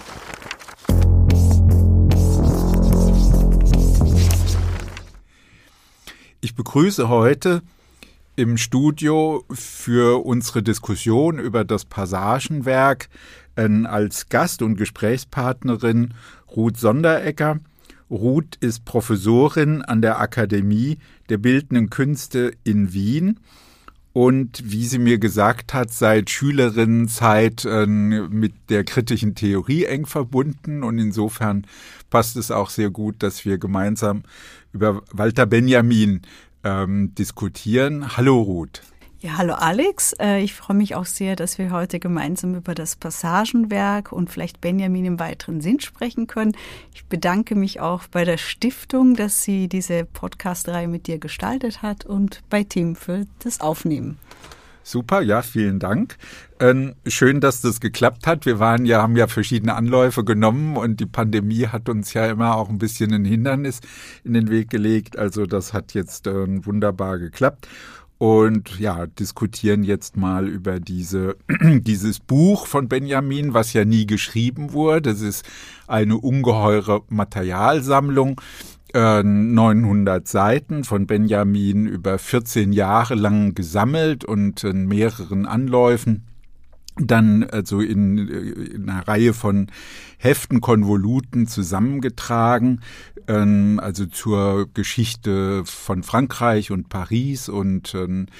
Ich begrüße heute im Studio für unsere Diskussion über das Passagenwerk als Gast und Gesprächspartnerin Ruth Sonderegger. Ruth ist Professorin an der Akademie der Bildenden Künste in Wien und, wie sie mir gesagt hat, seit Schülerinnenzeit mit der kritischen Theorie eng verbunden. Und insofern passt es auch sehr gut, dass wir gemeinsam über Walter Benjamin diskutieren. Hallo Ruth. Ja, hallo Alex. Ich freue mich auch sehr, dass wir heute gemeinsam über das Passagenwerk und vielleicht Benjamin im weiteren Sinn sprechen können. Ich bedanke mich auch bei der Stiftung, dass sie diese Podcast-Reihe mit dir gestaltet hat und bei Tim für das Aufnehmen. Super, ja, vielen Dank. Schön, dass das geklappt hat. Wir haben ja verschiedene Anläufe genommen und die Pandemie hat uns ja immer auch ein bisschen ein Hindernis in den Weg gelegt. Also das hat jetzt wunderbar geklappt. Und ja, diskutieren jetzt mal über dieses Buch von Benjamin, was ja nie geschrieben wurde. Das ist eine ungeheure Materialsammlung. 900 Seiten von Benjamin über 14 Jahre lang gesammelt und in mehreren Anläufen dann also in einer Reihe von Heften, Konvoluten zusammengetragen, also zur Geschichte von Frankreich und Paris und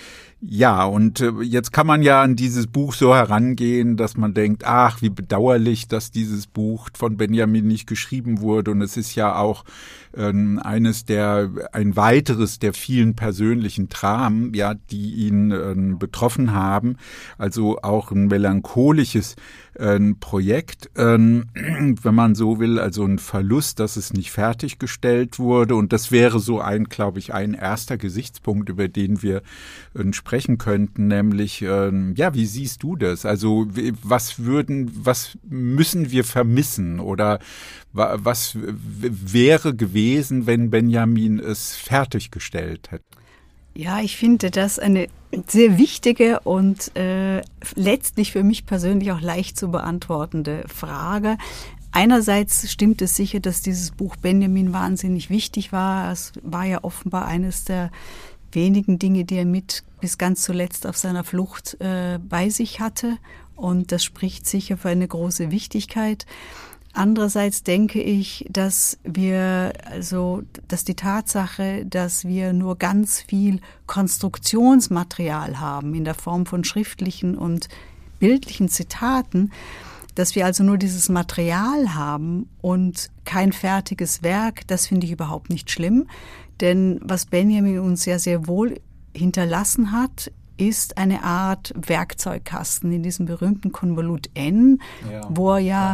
jetzt kann man ja an dieses Buch so herangehen, dass man denkt, ach, wie bedauerlich, dass dieses Buch von Benjamin nicht geschrieben wurde. Und es ist ja auch ein weiteres der vielen persönlichen Dramen, ja, die ihn betroffen haben. Also auch ein melancholisches Projekt, wenn man so will, also ein Verlust, dass es nicht fertiggestellt wurde. Und das wäre so glaube ich, ein erster Gesichtspunkt, über den wir sprechen könnten, nämlich, wie siehst du das? Also was müssen wir vermissen oder was wäre gewesen, wenn Benjamin es fertiggestellt hätte? Ja, ich finde das eine sehr wichtige und letztlich für mich persönlich auch leicht zu beantwortende Frage. Einerseits stimmt es sicher, dass dieses Buch Benjamin wahnsinnig wichtig war. Es war ja offenbar eines der wenigen Dinge, die er bis ganz zuletzt auf seiner Flucht bei sich hatte. Und das spricht sicher für eine große Wichtigkeit. Andererseits denke ich, dass die Tatsache, dass wir nur ganz viel Konstruktionsmaterial haben in der Form von schriftlichen und bildlichen Zitaten, dass wir also nur dieses Material haben und kein fertiges Werk, das finde ich überhaupt nicht schlimm. Denn was Benjamin uns ja sehr wohl hinterlassen hat, ist eine Art Werkzeugkasten in diesem berühmten Konvolut N, wo er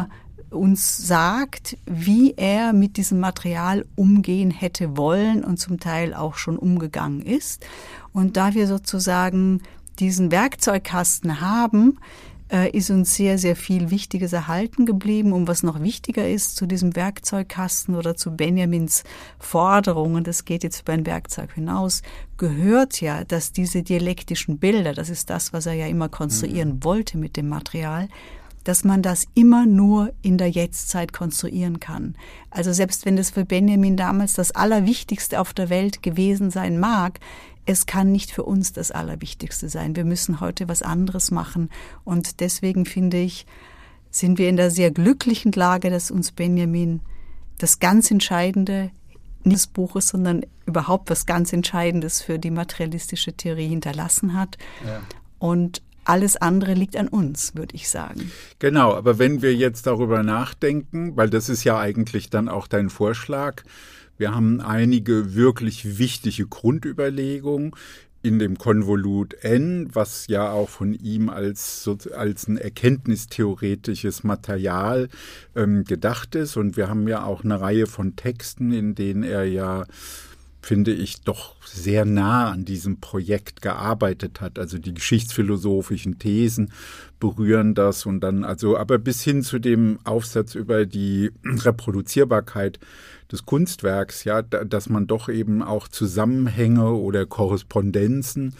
uns sagt, wie er mit diesem Material umgehen hätte wollen und zum Teil auch schon umgegangen ist. Und da wir sozusagen diesen Werkzeugkasten haben, ist uns sehr, sehr viel Wichtiges erhalten geblieben. Und was noch wichtiger ist zu diesem Werkzeugkasten oder zu Benjamins Forderungen, das geht jetzt über ein Werkzeug hinaus, gehört ja, dass diese dialektischen Bilder, das ist das, was er ja immer konstruieren wollte mit dem Material, dass man das immer nur in der Jetztzeit konstruieren kann. Also selbst wenn das für Benjamin damals das Allerwichtigste auf der Welt gewesen sein mag, es kann nicht für uns das Allerwichtigste sein. Wir müssen heute was anderes machen. Und deswegen finde ich, sind wir in der sehr glücklichen Lage, dass uns Benjamin das ganz Entscheidende nicht des Buches, sondern überhaupt was ganz Entscheidendes für die materialistische Theorie hinterlassen hat. Ja. Und alles andere liegt an uns, würde ich sagen. Genau, aber wenn wir jetzt darüber nachdenken, weil das ist ja eigentlich dann auch dein Vorschlag, wir haben einige wirklich wichtige Grundüberlegungen in dem Konvolut N, was ja auch von ihm als ein erkenntnistheoretisches Material gedacht ist. Und wir haben ja auch eine Reihe von Texten, in denen er ja, finde ich, doch sehr nah an diesem Projekt gearbeitet hat. Also die geschichtsphilosophischen Thesen berühren das und dann aber bis hin zu dem Aufsatz über die Reproduzierbarkeit des Kunstwerks, ja, dass man doch eben auch Zusammenhänge oder Korrespondenzen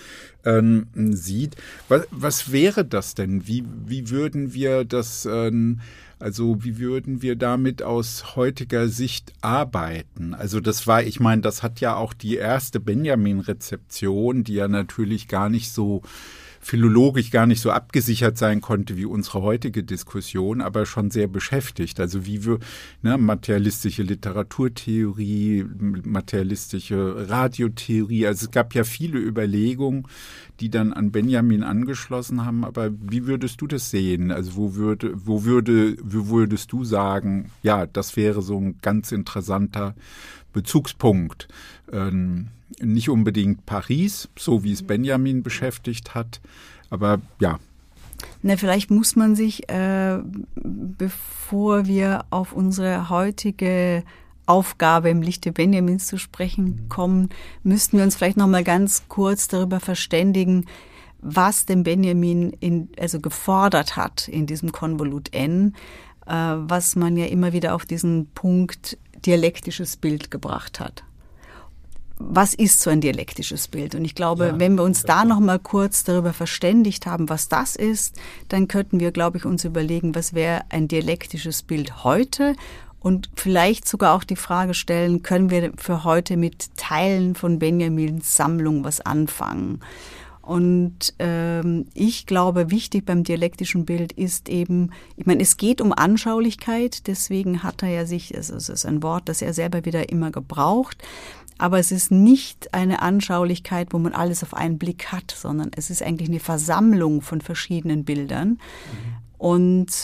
sieht. Was wäre das denn? Wie würden wir das wie würden wir damit aus heutiger Sicht arbeiten? Also das hat ja auch die erste Benjamin-Rezeption, die ja natürlich philologisch gar nicht so abgesichert sein konnte wie unsere heutige Diskussion, aber schon sehr beschäftigt. Also wie wir materialistische Literaturtheorie, materialistische Radiotheorie, also es gab ja viele Überlegungen, die dann an Benjamin angeschlossen haben, aber wie würdest du das sehen? Also wo würdest du sagen, ja, das wäre so ein ganz interessanter Bezugspunkt? Nicht unbedingt Paris, so wie es Benjamin beschäftigt hat, aber ja. Vielleicht muss man sich, bevor wir auf unsere heutige Aufgabe im Lichte Benjamins zu sprechen kommen, müssten wir uns vielleicht noch mal ganz kurz darüber verständigen, was denn Benjamin gefordert hat in diesem Konvolut N, was man ja immer wieder auf diesen Punkt dialektisches Bild gebracht hat. Was ist so ein dialektisches Bild? Und ich glaube, wenn wir uns da noch mal kurz darüber verständigt haben, was das ist, dann könnten wir, glaube ich, uns überlegen, was wäre ein dialektisches Bild heute? Und vielleicht sogar auch die Frage stellen, können wir für heute mit Teilen von Benjamins Sammlung was anfangen? Und ich glaube, wichtig beim dialektischen Bild ist eben, es geht um Anschaulichkeit, deswegen hat er ja es ist ein Wort, das er selber wieder immer gebraucht, aber es ist nicht eine Anschaulichkeit, wo man alles auf einen Blick hat, sondern es ist eigentlich eine Versammlung von verschiedenen Bildern. Und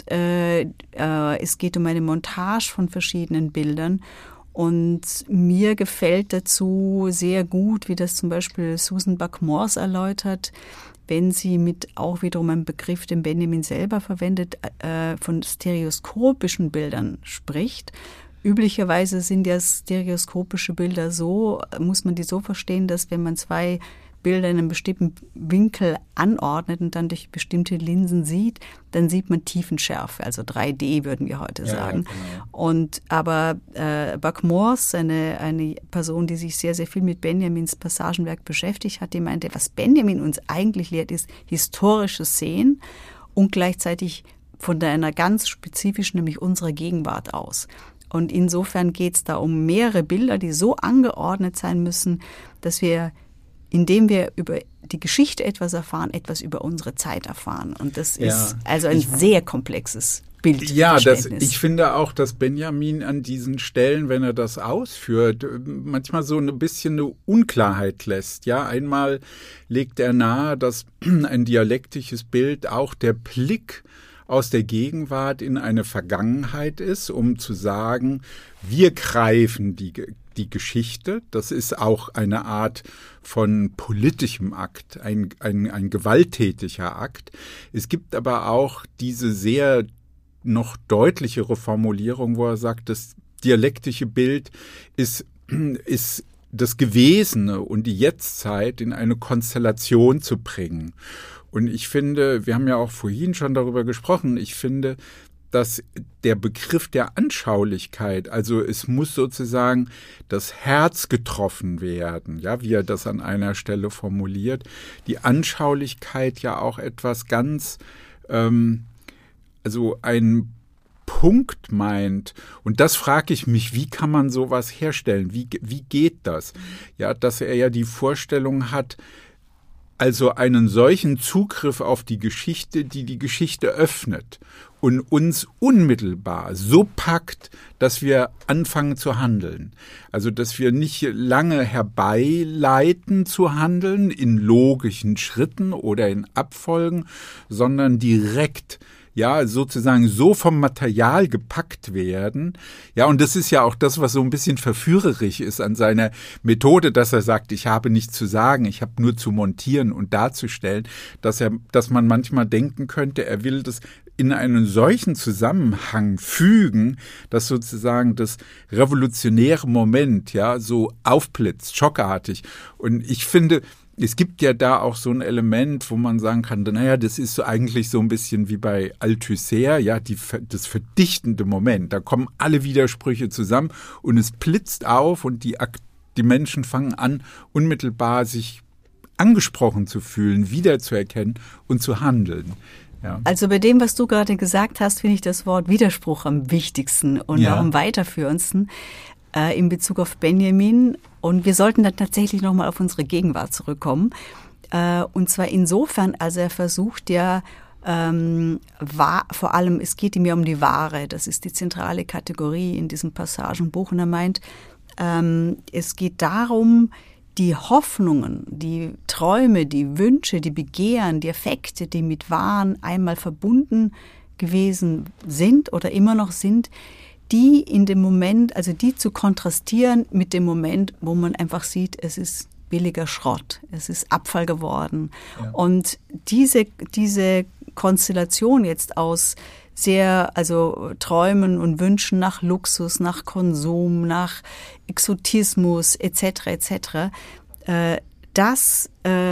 es geht um eine Montage von verschiedenen Bildern. Und mir gefällt dazu sehr gut, wie das zum Beispiel Susan Buck-Morss erläutert, wenn sie mit auch wiederum einem Begriff, den Benjamin selber verwendet, von stereoskopischen Bildern spricht. Üblicherweise sind ja stereoskopische Bilder muss man die so verstehen, dass wenn man zwei Bilder in einem bestimmten Winkel anordnet und dann durch bestimmte Linsen sieht, dann sieht man Tiefenschärfe, also 3D würden wir heute sagen. Ja, genau. Aber Buck-Morss, eine Person, die sich sehr, sehr viel mit Benjamins Passagenwerk beschäftigt hat, die meinte, was Benjamin uns eigentlich lehrt, ist historisches Sehen und gleichzeitig von einer ganz spezifischen, nämlich unserer Gegenwart aus. Und insofern geht es da um mehrere Bilder, die so angeordnet sein müssen, dass wir, indem wir über die Geschichte etwas erfahren, etwas über unsere Zeit erfahren. Und das ist also ein sehr komplexes Bild. Ja, ich finde auch, dass Benjamin an diesen Stellen, wenn er das ausführt, manchmal so ein bisschen eine Unklarheit lässt. Ja, einmal legt er nahe, dass ein dialektisches Bild auch der Blick aus der Gegenwart in eine Vergangenheit ist, um zu sagen, wir greifen die Geschichte. Das ist auch eine Art von politischem Akt, ein gewalttätiger Akt. Es gibt aber auch diese sehr noch deutlichere Formulierung, wo er sagt, das dialektische Bild ist das Gewesene und die Jetztzeit in eine Konstellation zu bringen. Und ich finde, wir haben ja auch vorhin schon darüber gesprochen, ich finde, dass der Begriff der Anschaulichkeit, also es muss sozusagen das Herz getroffen werden, ja, wie er das an einer Stelle formuliert, die Anschaulichkeit ja auch etwas ganz, also ein Punkt meint. Und das frage ich mich, wie kann man sowas herstellen? Wie geht das? Ja, dass er ja die Vorstellung hat, also einen solchen Zugriff auf die Geschichte, die die Geschichte öffnet und uns unmittelbar so packt, dass wir anfangen zu handeln. Also, dass wir nicht lange herbeileiten zu handeln in logischen Schritten oder in Abfolgen, sondern direkt, ja, sozusagen so vom Material gepackt werden. Ja, und das ist ja auch das, was so ein bisschen verführerisch ist an seiner Methode, dass er sagt, ich habe nichts zu sagen, ich habe nur zu montieren und darzustellen, dass man manchmal denken könnte, er will das in einen solchen Zusammenhang fügen, dass sozusagen das revolutionäre Moment, ja, so aufblitzt, schockartig. Und ich finde, es gibt ja da auch so ein Element, wo man sagen kann, naja, das ist so eigentlich so ein bisschen wie bei Althusser, ja, das verdichtende Moment. Da kommen alle Widersprüche zusammen und es blitzt auf und die Menschen fangen an, unmittelbar sich angesprochen zu fühlen, wiederzuerkennen und zu handeln. Ja. Also bei dem, was du gerade gesagt hast, finde ich das Wort Widerspruch am wichtigsten und auch am weiterführendsten in Bezug auf Benjamin. Und wir sollten dann tatsächlich nochmal auf unsere Gegenwart zurückkommen. Und zwar insofern, also er versucht ja, vor allem, es geht ihm ja um die Ware, das ist die zentrale Kategorie in diesem Passagenbuch. Und er meint, es geht darum, die Hoffnungen, die Träume, die Wünsche, die Begehren, die Affekte, die mit Waren einmal verbunden gewesen sind oder immer noch sind, die in dem Moment, also die zu kontrastieren mit dem Moment, wo man einfach sieht, es ist billiger Schrott, es ist Abfall geworden. Ja. Und diese Konstellation jetzt aus also Träumen und Wünschen nach Luxus, nach Konsum, nach Exotismus etc., das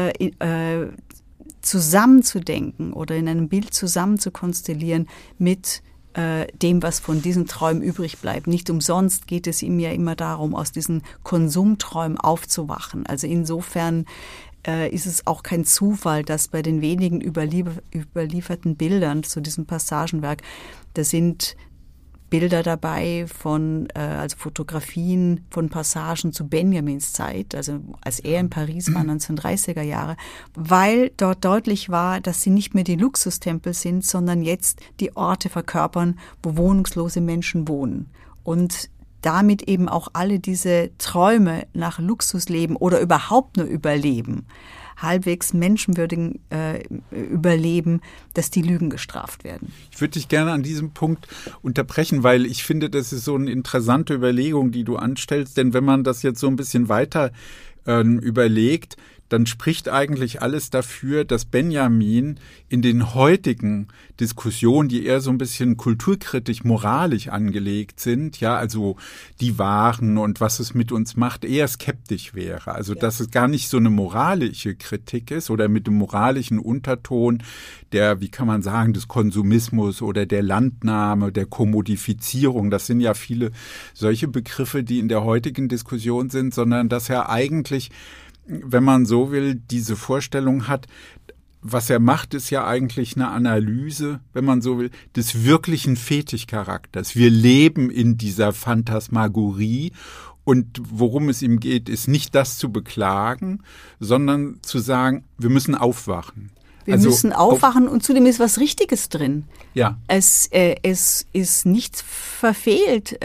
zusammenzudenken oder in einem Bild zusammen zu konstellieren mit dem, was von diesen Träumen übrig bleibt. Nicht umsonst geht es ihm ja immer darum, aus diesen Konsumträumen aufzuwachen. Also insofern ist es auch kein Zufall, dass bei den wenigen überlieferten Bildern zu diesem Passagenwerk, da sind Bilder dabei also Fotografien von Passagen zu Benjamins Zeit, also als er in Paris war, 1930er Jahre, weil dort deutlich war, dass sie nicht mehr die Luxustempel sind, sondern jetzt die Orte verkörpern, wo wohnungslose Menschen wohnen. Und damit eben auch alle diese Träume nach Luxusleben oder überhaupt nur Überleben, halbwegs menschenwürdigen Überleben, dass die Lügen gestraft werden. Ich würde dich gerne an diesem Punkt unterbrechen, weil ich finde, das ist so eine interessante Überlegung, die du anstellst. Denn wenn man das jetzt so ein bisschen weiter überlegt, dann spricht eigentlich alles dafür, dass Benjamin in den heutigen Diskussionen, die eher so ein bisschen kulturkritisch, moralisch angelegt sind, ja, also die Waren und was es mit uns macht, eher skeptisch wäre. Also, dass es gar nicht so eine moralische Kritik ist oder mit dem moralischen Unterton der, wie kann man sagen, des Konsumismus oder der Landnahme, der Kommodifizierung. Das sind ja viele solche Begriffe, die in der heutigen Diskussion sind, sondern dass er eigentlich, wenn man so will, diese Vorstellung hat, was er macht, ist ja eigentlich eine Analyse, wenn man so will, des wirklichen Fetischcharakters. Wir leben in dieser Phantasmagorie und worum es ihm geht, ist nicht das zu beklagen, sondern zu sagen, wir müssen aufwachen. Wir müssen aufwachen und zudem ist was Richtiges drin. Ja. Es ist nichts verfehlt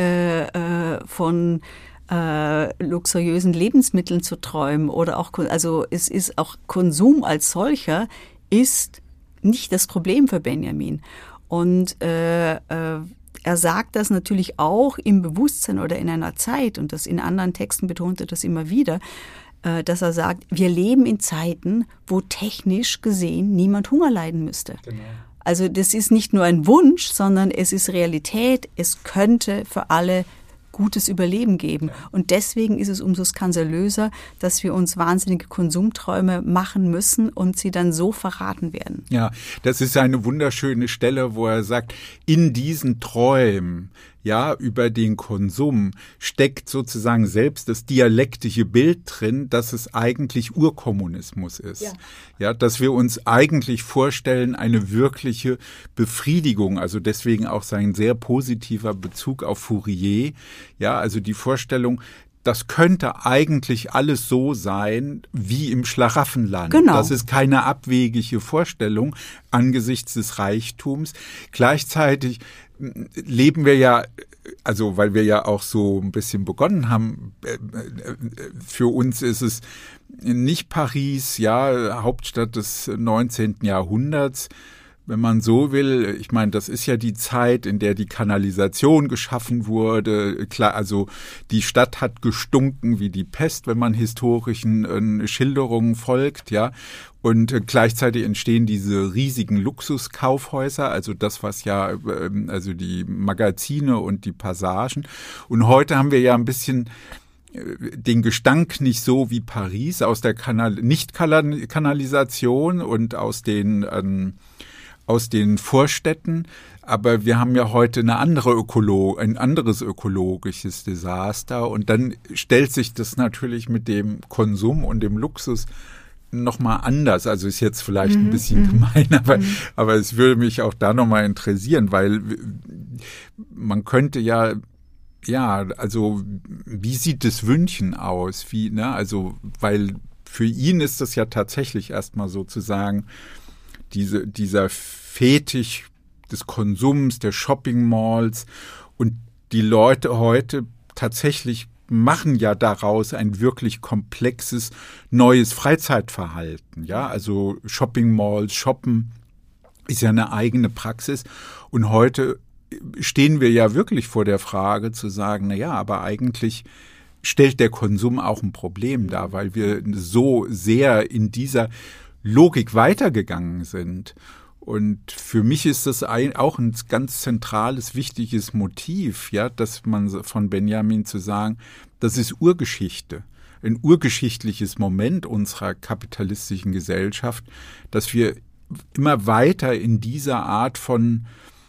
von luxuriösen Lebensmitteln zu träumen oder auch, also es ist auch Konsum als solcher ist nicht das Problem für Benjamin. Und er sagt das natürlich auch im Bewusstsein oder in einer Zeit, und das in anderen Texten betont er das immer wieder, dass er sagt, wir leben in Zeiten, wo technisch gesehen niemand Hunger leiden müsste. Genau. Also das ist nicht nur ein Wunsch, sondern es ist Realität. Es könnte für alle gutes Überleben geben. Und deswegen ist es umso skandalöser, dass wir uns wahnsinnige Konsumträume machen müssen und sie dann so verraten werden. Ja, das ist eine wunderschöne Stelle, wo er sagt, in diesen Träumen, ja, über den Konsum steckt sozusagen selbst das dialektische Bild drin, dass es eigentlich Urkommunismus ist. Ja, dass wir uns eigentlich vorstellen, eine wirkliche Befriedigung, also deswegen auch sein sehr positiver Bezug auf Fourier, ja, also die Vorstellung, das könnte eigentlich alles so sein wie im Schlaraffenland. Genau. Das ist keine abwegige Vorstellung angesichts des Reichtums. Gleichzeitig leben wir ja, also weil wir ja auch so ein bisschen begonnen haben, für uns ist es nicht Paris, ja, Hauptstadt des 19. Jahrhunderts, wenn man so will. Ich meine, das ist ja die Zeit, in der die Kanalisation geschaffen wurde. Klar, also die Stadt hat gestunken wie die Pest, wenn man historischen Schilderungen folgt, ja. Und gleichzeitig entstehen diese riesigen Luxuskaufhäuser, also das, was ja, also die Magazine und die Passagen. Und heute haben wir ja ein bisschen den Gestank nicht so wie Paris aus der Nicht-Kanalisation und aus den Vorstädten, aber wir haben ja heute ein anderes ökologisches Desaster und dann stellt sich das natürlich mit dem Konsum und dem Luxus nochmal anders. Also ist jetzt vielleicht ein bisschen gemein, aber es würde mich auch da nochmal interessieren, weil man könnte ja, also wie sieht das Wünschen aus? Weil für ihn ist das ja tatsächlich erstmal sozusagen dieser Fetisch des Konsums, der Shopping-Malls und die Leute heute tatsächlich machen ja daraus ein wirklich komplexes neues Freizeitverhalten. Ja, also Shopping-Malls, Shoppen ist ja eine eigene Praxis und heute stehen wir ja wirklich vor der Frage zu sagen, na ja, aber eigentlich stellt der Konsum auch ein Problem dar, weil wir so sehr in dieser Logik weitergegangen sind. Und für mich ist das auch ein ganz zentrales, wichtiges Motiv, ja, dass man von Benjamin zu sagen, das ist Urgeschichte, ein urgeschichtliches Moment unserer kapitalistischen Gesellschaft, dass wir immer weiter in dieser Art von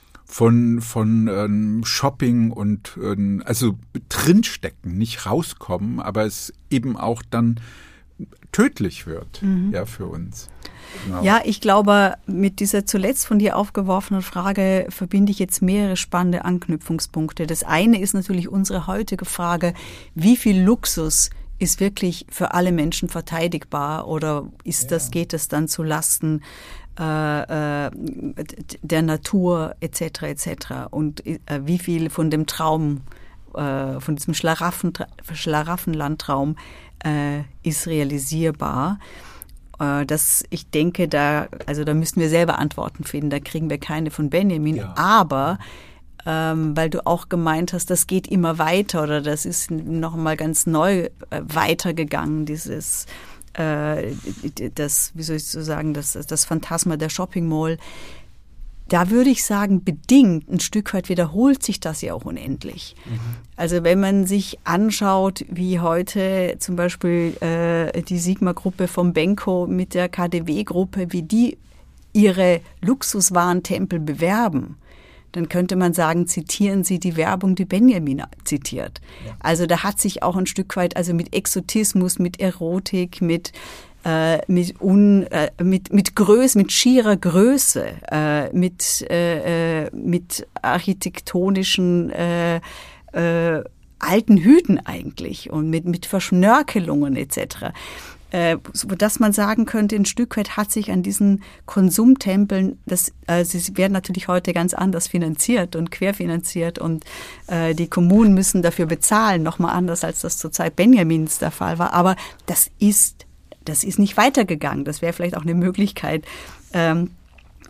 Shopping und also drinstecken, nicht rauskommen, aber es eben auch dann tödlich wird, ja, für uns. Genau. Ja, ich glaube, mit dieser zuletzt von dir aufgeworfenen Frage verbinde ich jetzt mehrere spannende Anknüpfungspunkte. Das eine ist natürlich unsere heutige Frage, wie viel Luxus ist wirklich für alle Menschen verteidigbar oder geht das dann zu Lasten der Natur etc. Und wie viel von dem Traum, von diesem Schlaraffenlandtraum ist realisierbar. Ich denke, da müssen wir selber Antworten finden, da kriegen wir keine von Benjamin. Ja. Aber weil du auch gemeint hast, das geht immer weiter oder das ist noch mal ganz neu weitergegangen, das Phantasma der Shopping Mall. Da würde ich sagen, bedingt ein Stück weit wiederholt sich das ja auch unendlich. Also wenn man sich anschaut, wie heute zum Beispiel die Sigma-Gruppe vom Benko mit der KaDeWe-Gruppe, wie die ihre Luxuswarentempel bewerben, dann könnte man sagen, zitieren Sie die Werbung, die Benjamin zitiert. Ja. Also da hat sich auch ein Stück weit, also mit Exotismus, mit Erotik, mit Größe, mit schierer Größe, mit architektonischen alten Hüten eigentlich und mit Verschnörkelungen etc. Sodass man sagen könnte, ein Stück weit hat sich an diesen Konsumtempeln, sie werden natürlich heute ganz anders finanziert und querfinanziert und die Kommunen müssen dafür bezahlen, nochmal anders, als das zur Zeit Benjamins der Fall war. Aber das ist nicht weitergegangen. Das wäre vielleicht auch eine Möglichkeit.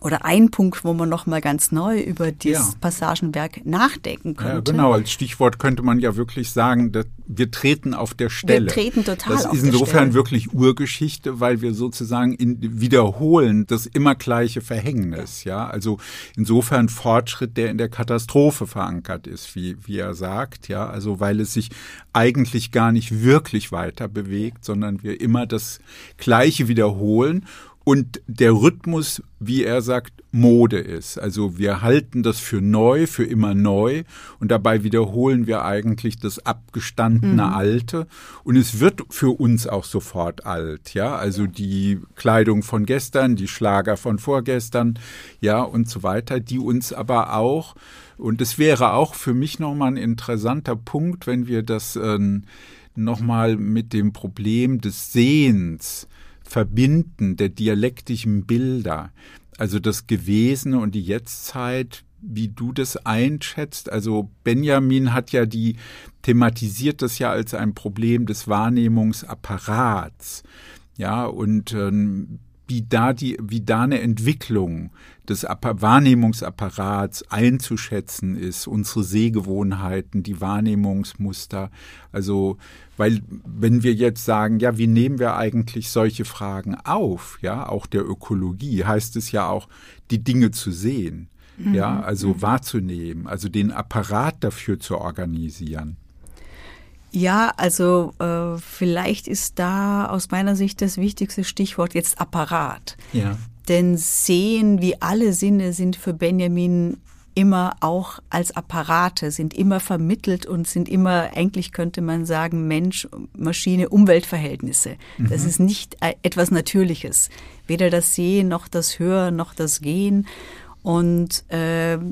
oder ein Punkt, wo man noch mal ganz neu über dieses Passagenwerk nachdenken könnte. Ja, genau. Als Stichwort könnte man ja wirklich sagen, dass wir treten auf der Stelle. Wir treten total auf der Stelle. Das ist insofern wirklich Urgeschichte, weil wir sozusagen wiederholen das immer gleiche Verhängnis. Ja, also insofern Fortschritt, der in der Katastrophe verankert ist, wie er sagt. Ja, also weil es sich eigentlich gar nicht wirklich weiter bewegt, sondern wir immer das Gleiche wiederholen. Und der Rhythmus, wie er sagt, Mode ist. Also wir halten das für neu, für immer neu und dabei wiederholen wir eigentlich das abgestandene Alte und es wird für uns auch sofort alt, ja. Also die Kleidung von gestern, die Schlager von vorgestern, ja und so weiter, die uns aber auch, und es wäre auch für mich nochmal ein interessanter Punkt, wenn wir das nochmal mit dem Problem des Sehens verbinden, der dialektischen Bilder, also das Gewesene und die Jetztzeit, wie du das einschätzt. Also Benjamin hat ja thematisiert das ja als ein Problem des Wahrnehmungsapparats, ja, und wie da eine Entwicklung des Wahrnehmungsapparats einzuschätzen ist, unsere Sehgewohnheiten, die Wahrnehmungsmuster. Also, weil wenn wir jetzt sagen, ja, wie nehmen wir eigentlich solche Fragen auf, ja, auch der Ökologie, heißt es ja auch, die Dinge zu sehen, ja, also wahrzunehmen, also den Apparat dafür zu organisieren. Ja, also vielleicht ist da aus meiner Sicht das wichtigste Stichwort jetzt Apparat. Ja. Denn Sehen wie alle Sinne sind für Benjamin immer auch als Apparate, sind immer vermittelt und sind immer, eigentlich könnte man sagen, Mensch, Maschine, Umweltverhältnisse. Das ist nicht etwas Natürliches. Weder das Sehen noch das Hören noch das Gehen. Und das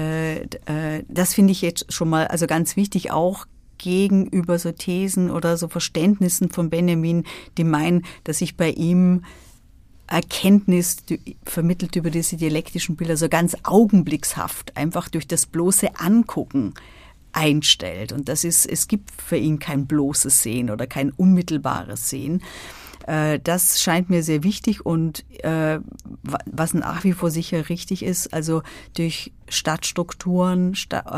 finde ich jetzt schon mal also ganz wichtig, auch gegenüber so Thesen oder so Verständnissen von Benjamin, die meinen, dass sich bei ihm Erkenntnis vermittelt über diese dialektischen Bilder so ganz augenblickshaft, einfach durch das bloße Angucken einstellt. Und es gibt für ihn kein bloßes Sehen oder kein unmittelbares Sehen. Das scheint mir sehr wichtig und was nach wie vor sicher richtig ist, also durch Stadtstrukturen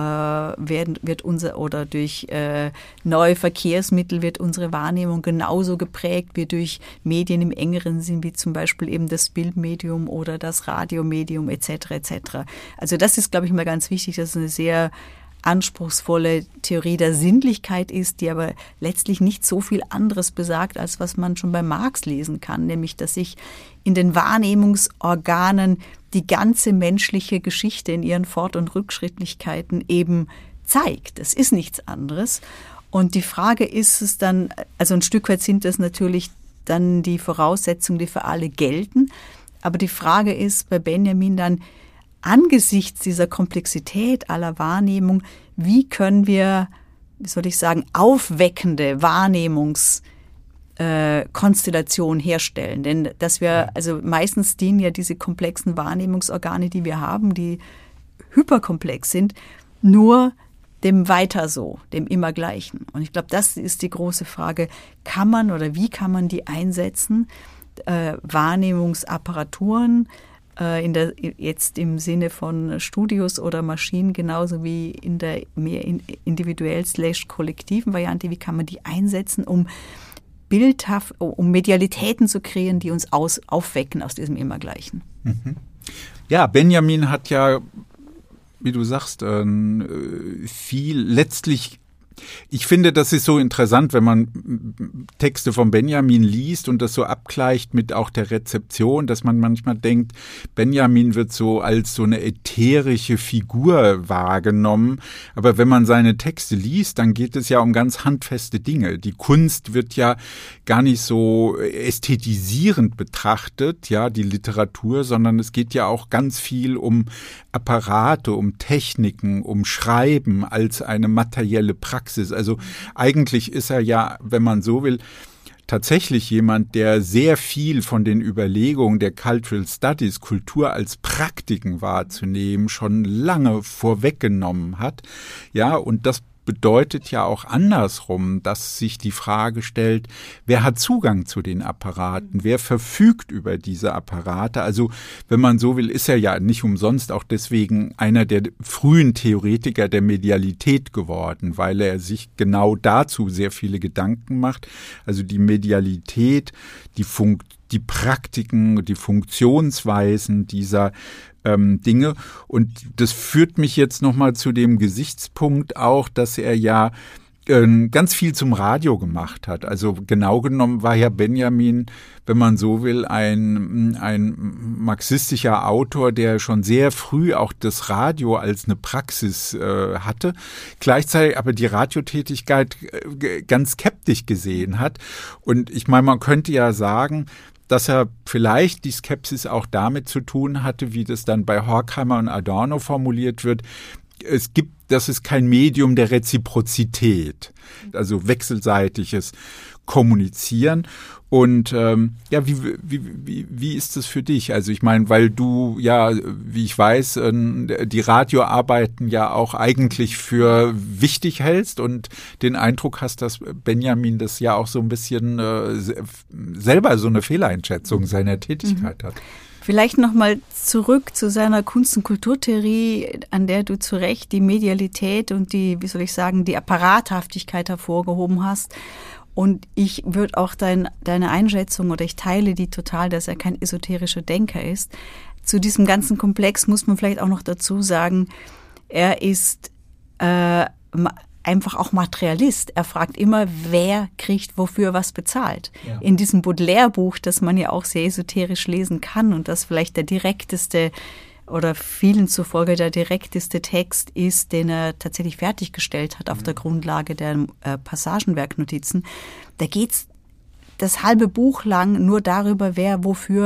durch neue Verkehrsmittel wird unsere Wahrnehmung genauso geprägt wie durch Medien im engeren Sinn, wie zum Beispiel eben das Bildmedium oder das Radiomedium etc. etc. Also das ist, glaube ich, mal ganz wichtig, dass es eine sehr anspruchsvolle Theorie der Sinnlichkeit ist, die aber letztlich nicht so viel anderes besagt, als was man schon bei Marx lesen kann, nämlich dass sich in den Wahrnehmungsorganen die ganze menschliche Geschichte in ihren Fort- und Rückschrittlichkeiten eben zeigt. Das ist nichts anderes. Und die Frage ist es dann, also ein Stück weit sind das natürlich dann die Voraussetzungen, die für alle gelten, aber die Frage ist bei Benjamin dann, angesichts dieser Komplexität aller Wahrnehmung, wie können wir, aufweckende Wahrnehmungskonstellationen herstellen? Denn also meistens dienen ja diese komplexen Wahrnehmungsorgane, die wir haben, die hyperkomplex sind, nur dem Weiter so, dem Immergleichen. Und ich glaube, das ist die große Frage, wie kann man die einsetzen? Wahrnehmungsapparaturen, jetzt im Sinne von Studios oder Maschinen, genauso wie in der mehr individuell/kollektiven Variante, wie kann man die einsetzen, um Medialitäten zu kreieren, die uns aufwecken aus diesem Immergleichen. Ja, Benjamin hat ja, wie du sagst, viel letztlich. Ich finde, das ist so interessant, wenn man Texte von Benjamin liest und das so abgleicht mit auch der Rezeption, dass man manchmal denkt, Benjamin wird so als so eine ätherische Figur wahrgenommen. Aber wenn man seine Texte liest, dann geht es ja um ganz handfeste Dinge. Die Kunst wird ja gar nicht so ästhetisierend betrachtet, ja, die Literatur, sondern es geht ja auch ganz viel um Apparate, um Techniken, um Schreiben als eine materielle Praxis. Also eigentlich ist er ja, wenn man so will, tatsächlich jemand, der sehr viel von den Überlegungen der Cultural Studies, Kultur als Praktiken wahrzunehmen, schon lange vorweggenommen hat. Ja, und das bedeutet ja auch andersrum, dass sich die Frage stellt, wer hat Zugang zu den Apparaten, wer verfügt über diese Apparate. Also wenn man so will, ist er ja nicht umsonst auch deswegen einer der frühen Theoretiker der Medialität geworden, weil er sich genau dazu sehr viele Gedanken macht. Also die Medialität, die Praktiken, die Funktionsweisen dieser Dinge. Und das führt mich jetzt nochmal zu dem Gesichtspunkt auch, dass er ja ganz viel zum Radio gemacht hat. Also genau genommen war ja Benjamin, wenn man so will, ein marxistischer Autor, der schon sehr früh auch das Radio als eine Praxis hatte, gleichzeitig aber die Radiotätigkeit ganz skeptisch gesehen hat. Und ich meine, man könnte ja sagen, dass er vielleicht die Skepsis auch damit zu tun hatte, wie das dann bei Horkheimer und Adorno formuliert wird. Das ist kein Medium der Reziprozität, also wechselseitiges Kommunizieren. Und wie ist das für dich? Also ich meine, weil du ja, wie ich weiß, die Radioarbeiten ja auch eigentlich für wichtig hältst und den Eindruck hast, dass Benjamin das ja auch so ein bisschen selber so eine Fehleinschätzung seiner Tätigkeit hat. Vielleicht nochmal zurück zu seiner Kunst- und Kulturtheorie, an der du zu Recht die Medialität und die Apparathaftigkeit hervorgehoben hast. Und ich würde auch deine Einschätzung, oder ich teile die total, dass er kein esoterischer Denker ist. Zu diesem ganzen Komplex muss man vielleicht auch noch dazu sagen, er ist einfach auch Materialist. Er fragt immer, wer kriegt wofür was bezahlt. Ja. In diesem Baudelaire-Buch, das man ja auch sehr esoterisch lesen kann und das vielleicht der direkteste oder vielen zufolge der direkteste Text ist, den er tatsächlich fertiggestellt hat auf der Grundlage der Passagenwerknotizen. Da geht's das halbe Buch lang nur darüber, wer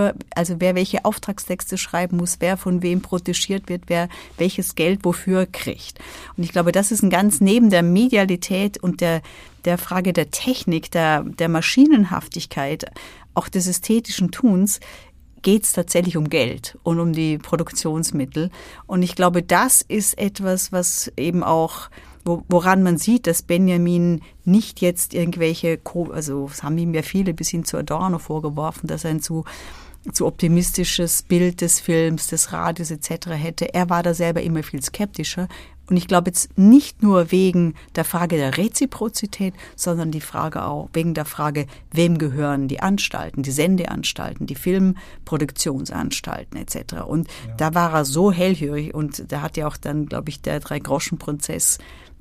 welche Auftragstexte schreiben muss, wer von wem protegiert wird, wer welches Geld wofür kriegt. Und ich glaube, das ist neben der Medialität und der Frage der Technik, der Maschinenhaftigkeit, auch des ästhetischen Tuns, geht es tatsächlich um Geld und um die Produktionsmittel. Und ich glaube, das ist etwas, was eben auch, woran man sieht, dass Benjamin nicht jetzt irgendwelche, also das haben ihm ja viele bis hin zu Adorno vorgeworfen, dass er ein zu optimistisches Bild des Films, des Radios etc. hätte. Er war da selber immer viel skeptischer. Und ich glaube jetzt nicht nur wegen der Frage der Reziprozität, sondern die Frage auch wegen der Frage, wem gehören die Anstalten, die Sendeanstalten, die Filmproduktionsanstalten etc. Und da war er so hellhörig und da hat ja auch dann, glaube ich, der Drei-Groschen-Prozess,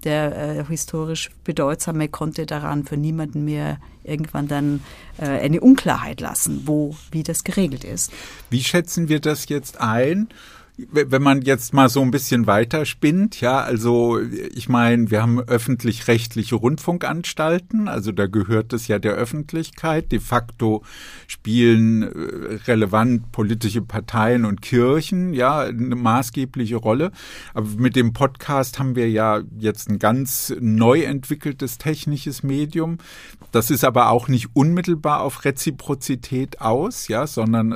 der historisch bedeutsame, konnte daran für niemanden mehr irgendwann dann eine Unklarheit lassen, wie das geregelt ist. Wie schätzen wir das jetzt ein? Wenn man jetzt mal so ein bisschen weiterspinnt, ja, also ich meine, wir haben öffentlich-rechtliche Rundfunkanstalten, also da gehört es ja der Öffentlichkeit. De facto spielen relevant politische Parteien und Kirchen ja eine maßgebliche Rolle. Aber mit dem Podcast haben wir ja jetzt ein ganz neu entwickeltes technisches Medium. Das ist aber auch nicht unmittelbar auf Reziprozität aus, ja, sondern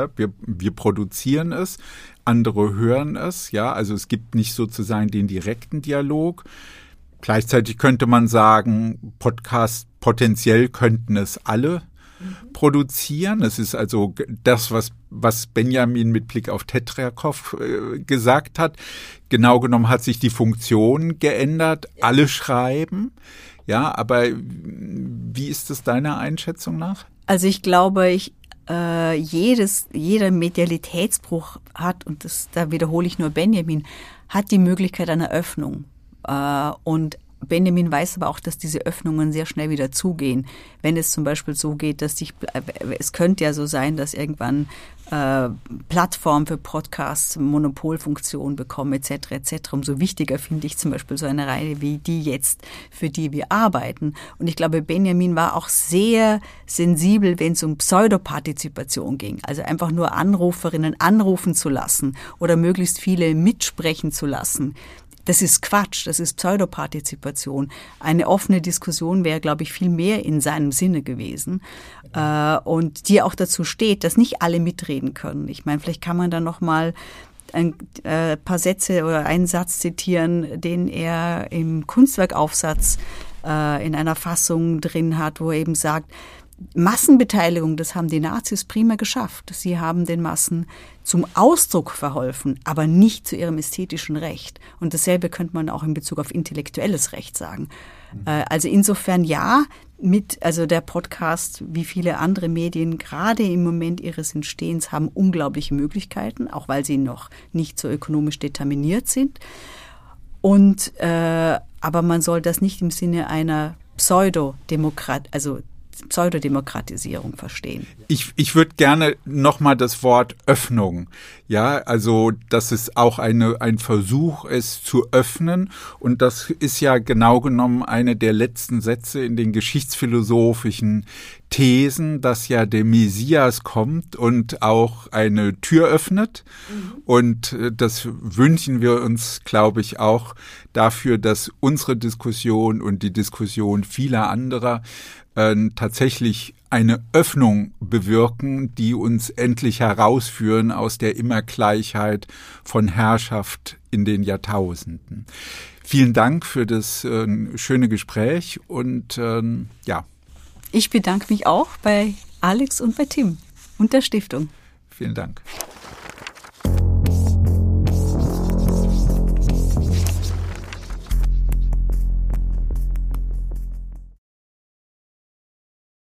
wir produzieren es. Andere hören es, ja, also es gibt nicht sozusagen den direkten Dialog. Gleichzeitig könnte man sagen, Podcasts potenziell könnten es alle produzieren. Es ist also das, was Benjamin mit Blick auf Tetrakow gesagt hat. Genau genommen hat sich die Funktion geändert. Alle schreiben, ja, aber wie ist das deiner Einschätzung nach? Also ich glaube, jeder Medialitätsbruch hat, und da wiederhole ich nur Benjamin, hat die Möglichkeit einer Öffnung. Und Benjamin weiß aber auch, dass diese Öffnungen sehr schnell wieder zugehen. Wenn es zum Beispiel so geht, es könnte ja so sein, dass irgendwann Plattformen für Podcasts Monopolfunktion bekommen, etc., etc. Umso wichtiger finde ich zum Beispiel so eine Reihe wie die jetzt, für die wir arbeiten. Und ich glaube, Benjamin war auch sehr sensibel, wenn es um Pseudopartizipation ging. Also einfach nur Anruferinnen anrufen zu lassen oder möglichst viele mitsprechen zu lassen. Das ist Quatsch, das ist Pseudopartizipation. Eine offene Diskussion wäre, glaube ich, viel mehr in seinem Sinne gewesen. Und die auch dazu steht, dass nicht alle mitreden können. Ich meine, vielleicht kann man dann noch mal ein paar Sätze oder einen Satz zitieren, den er im Kunstwerkaufsatz in einer Fassung drin hat, wo er eben sagt, Massenbeteiligung, das haben die Nazis prima geschafft. Sie haben den Massen zum Ausdruck verholfen, aber nicht zu ihrem ästhetischen Recht. Und dasselbe könnte man auch in Bezug auf intellektuelles Recht sagen. Also insofern ja, also der Podcast, wie viele andere Medien, gerade im Moment ihres Entstehens, haben unglaubliche Möglichkeiten, auch weil sie noch nicht so ökonomisch determiniert sind. Und aber man soll das nicht im Sinne einer Pseudodemokratisierung verstehen. Ich würde gerne nochmal das Wort Öffnung, ja, also dass es auch ein Versuch ist zu öffnen, und das ist ja genau genommen eine der letzten Sätze in den geschichtsphilosophischen Thesen, dass ja der Messias kommt und auch eine Tür öffnet. Und das wünschen wir uns, glaube ich, auch dafür, dass unsere Diskussion und die Diskussion vieler anderer tatsächlich eine Öffnung bewirken, die uns endlich herausführen aus der Immergleichheit von Herrschaft in den Jahrtausenden. Vielen Dank für das schöne Gespräch und ja. Ich bedanke mich auch bei Alex und bei Tim und der Stiftung. Vielen Dank.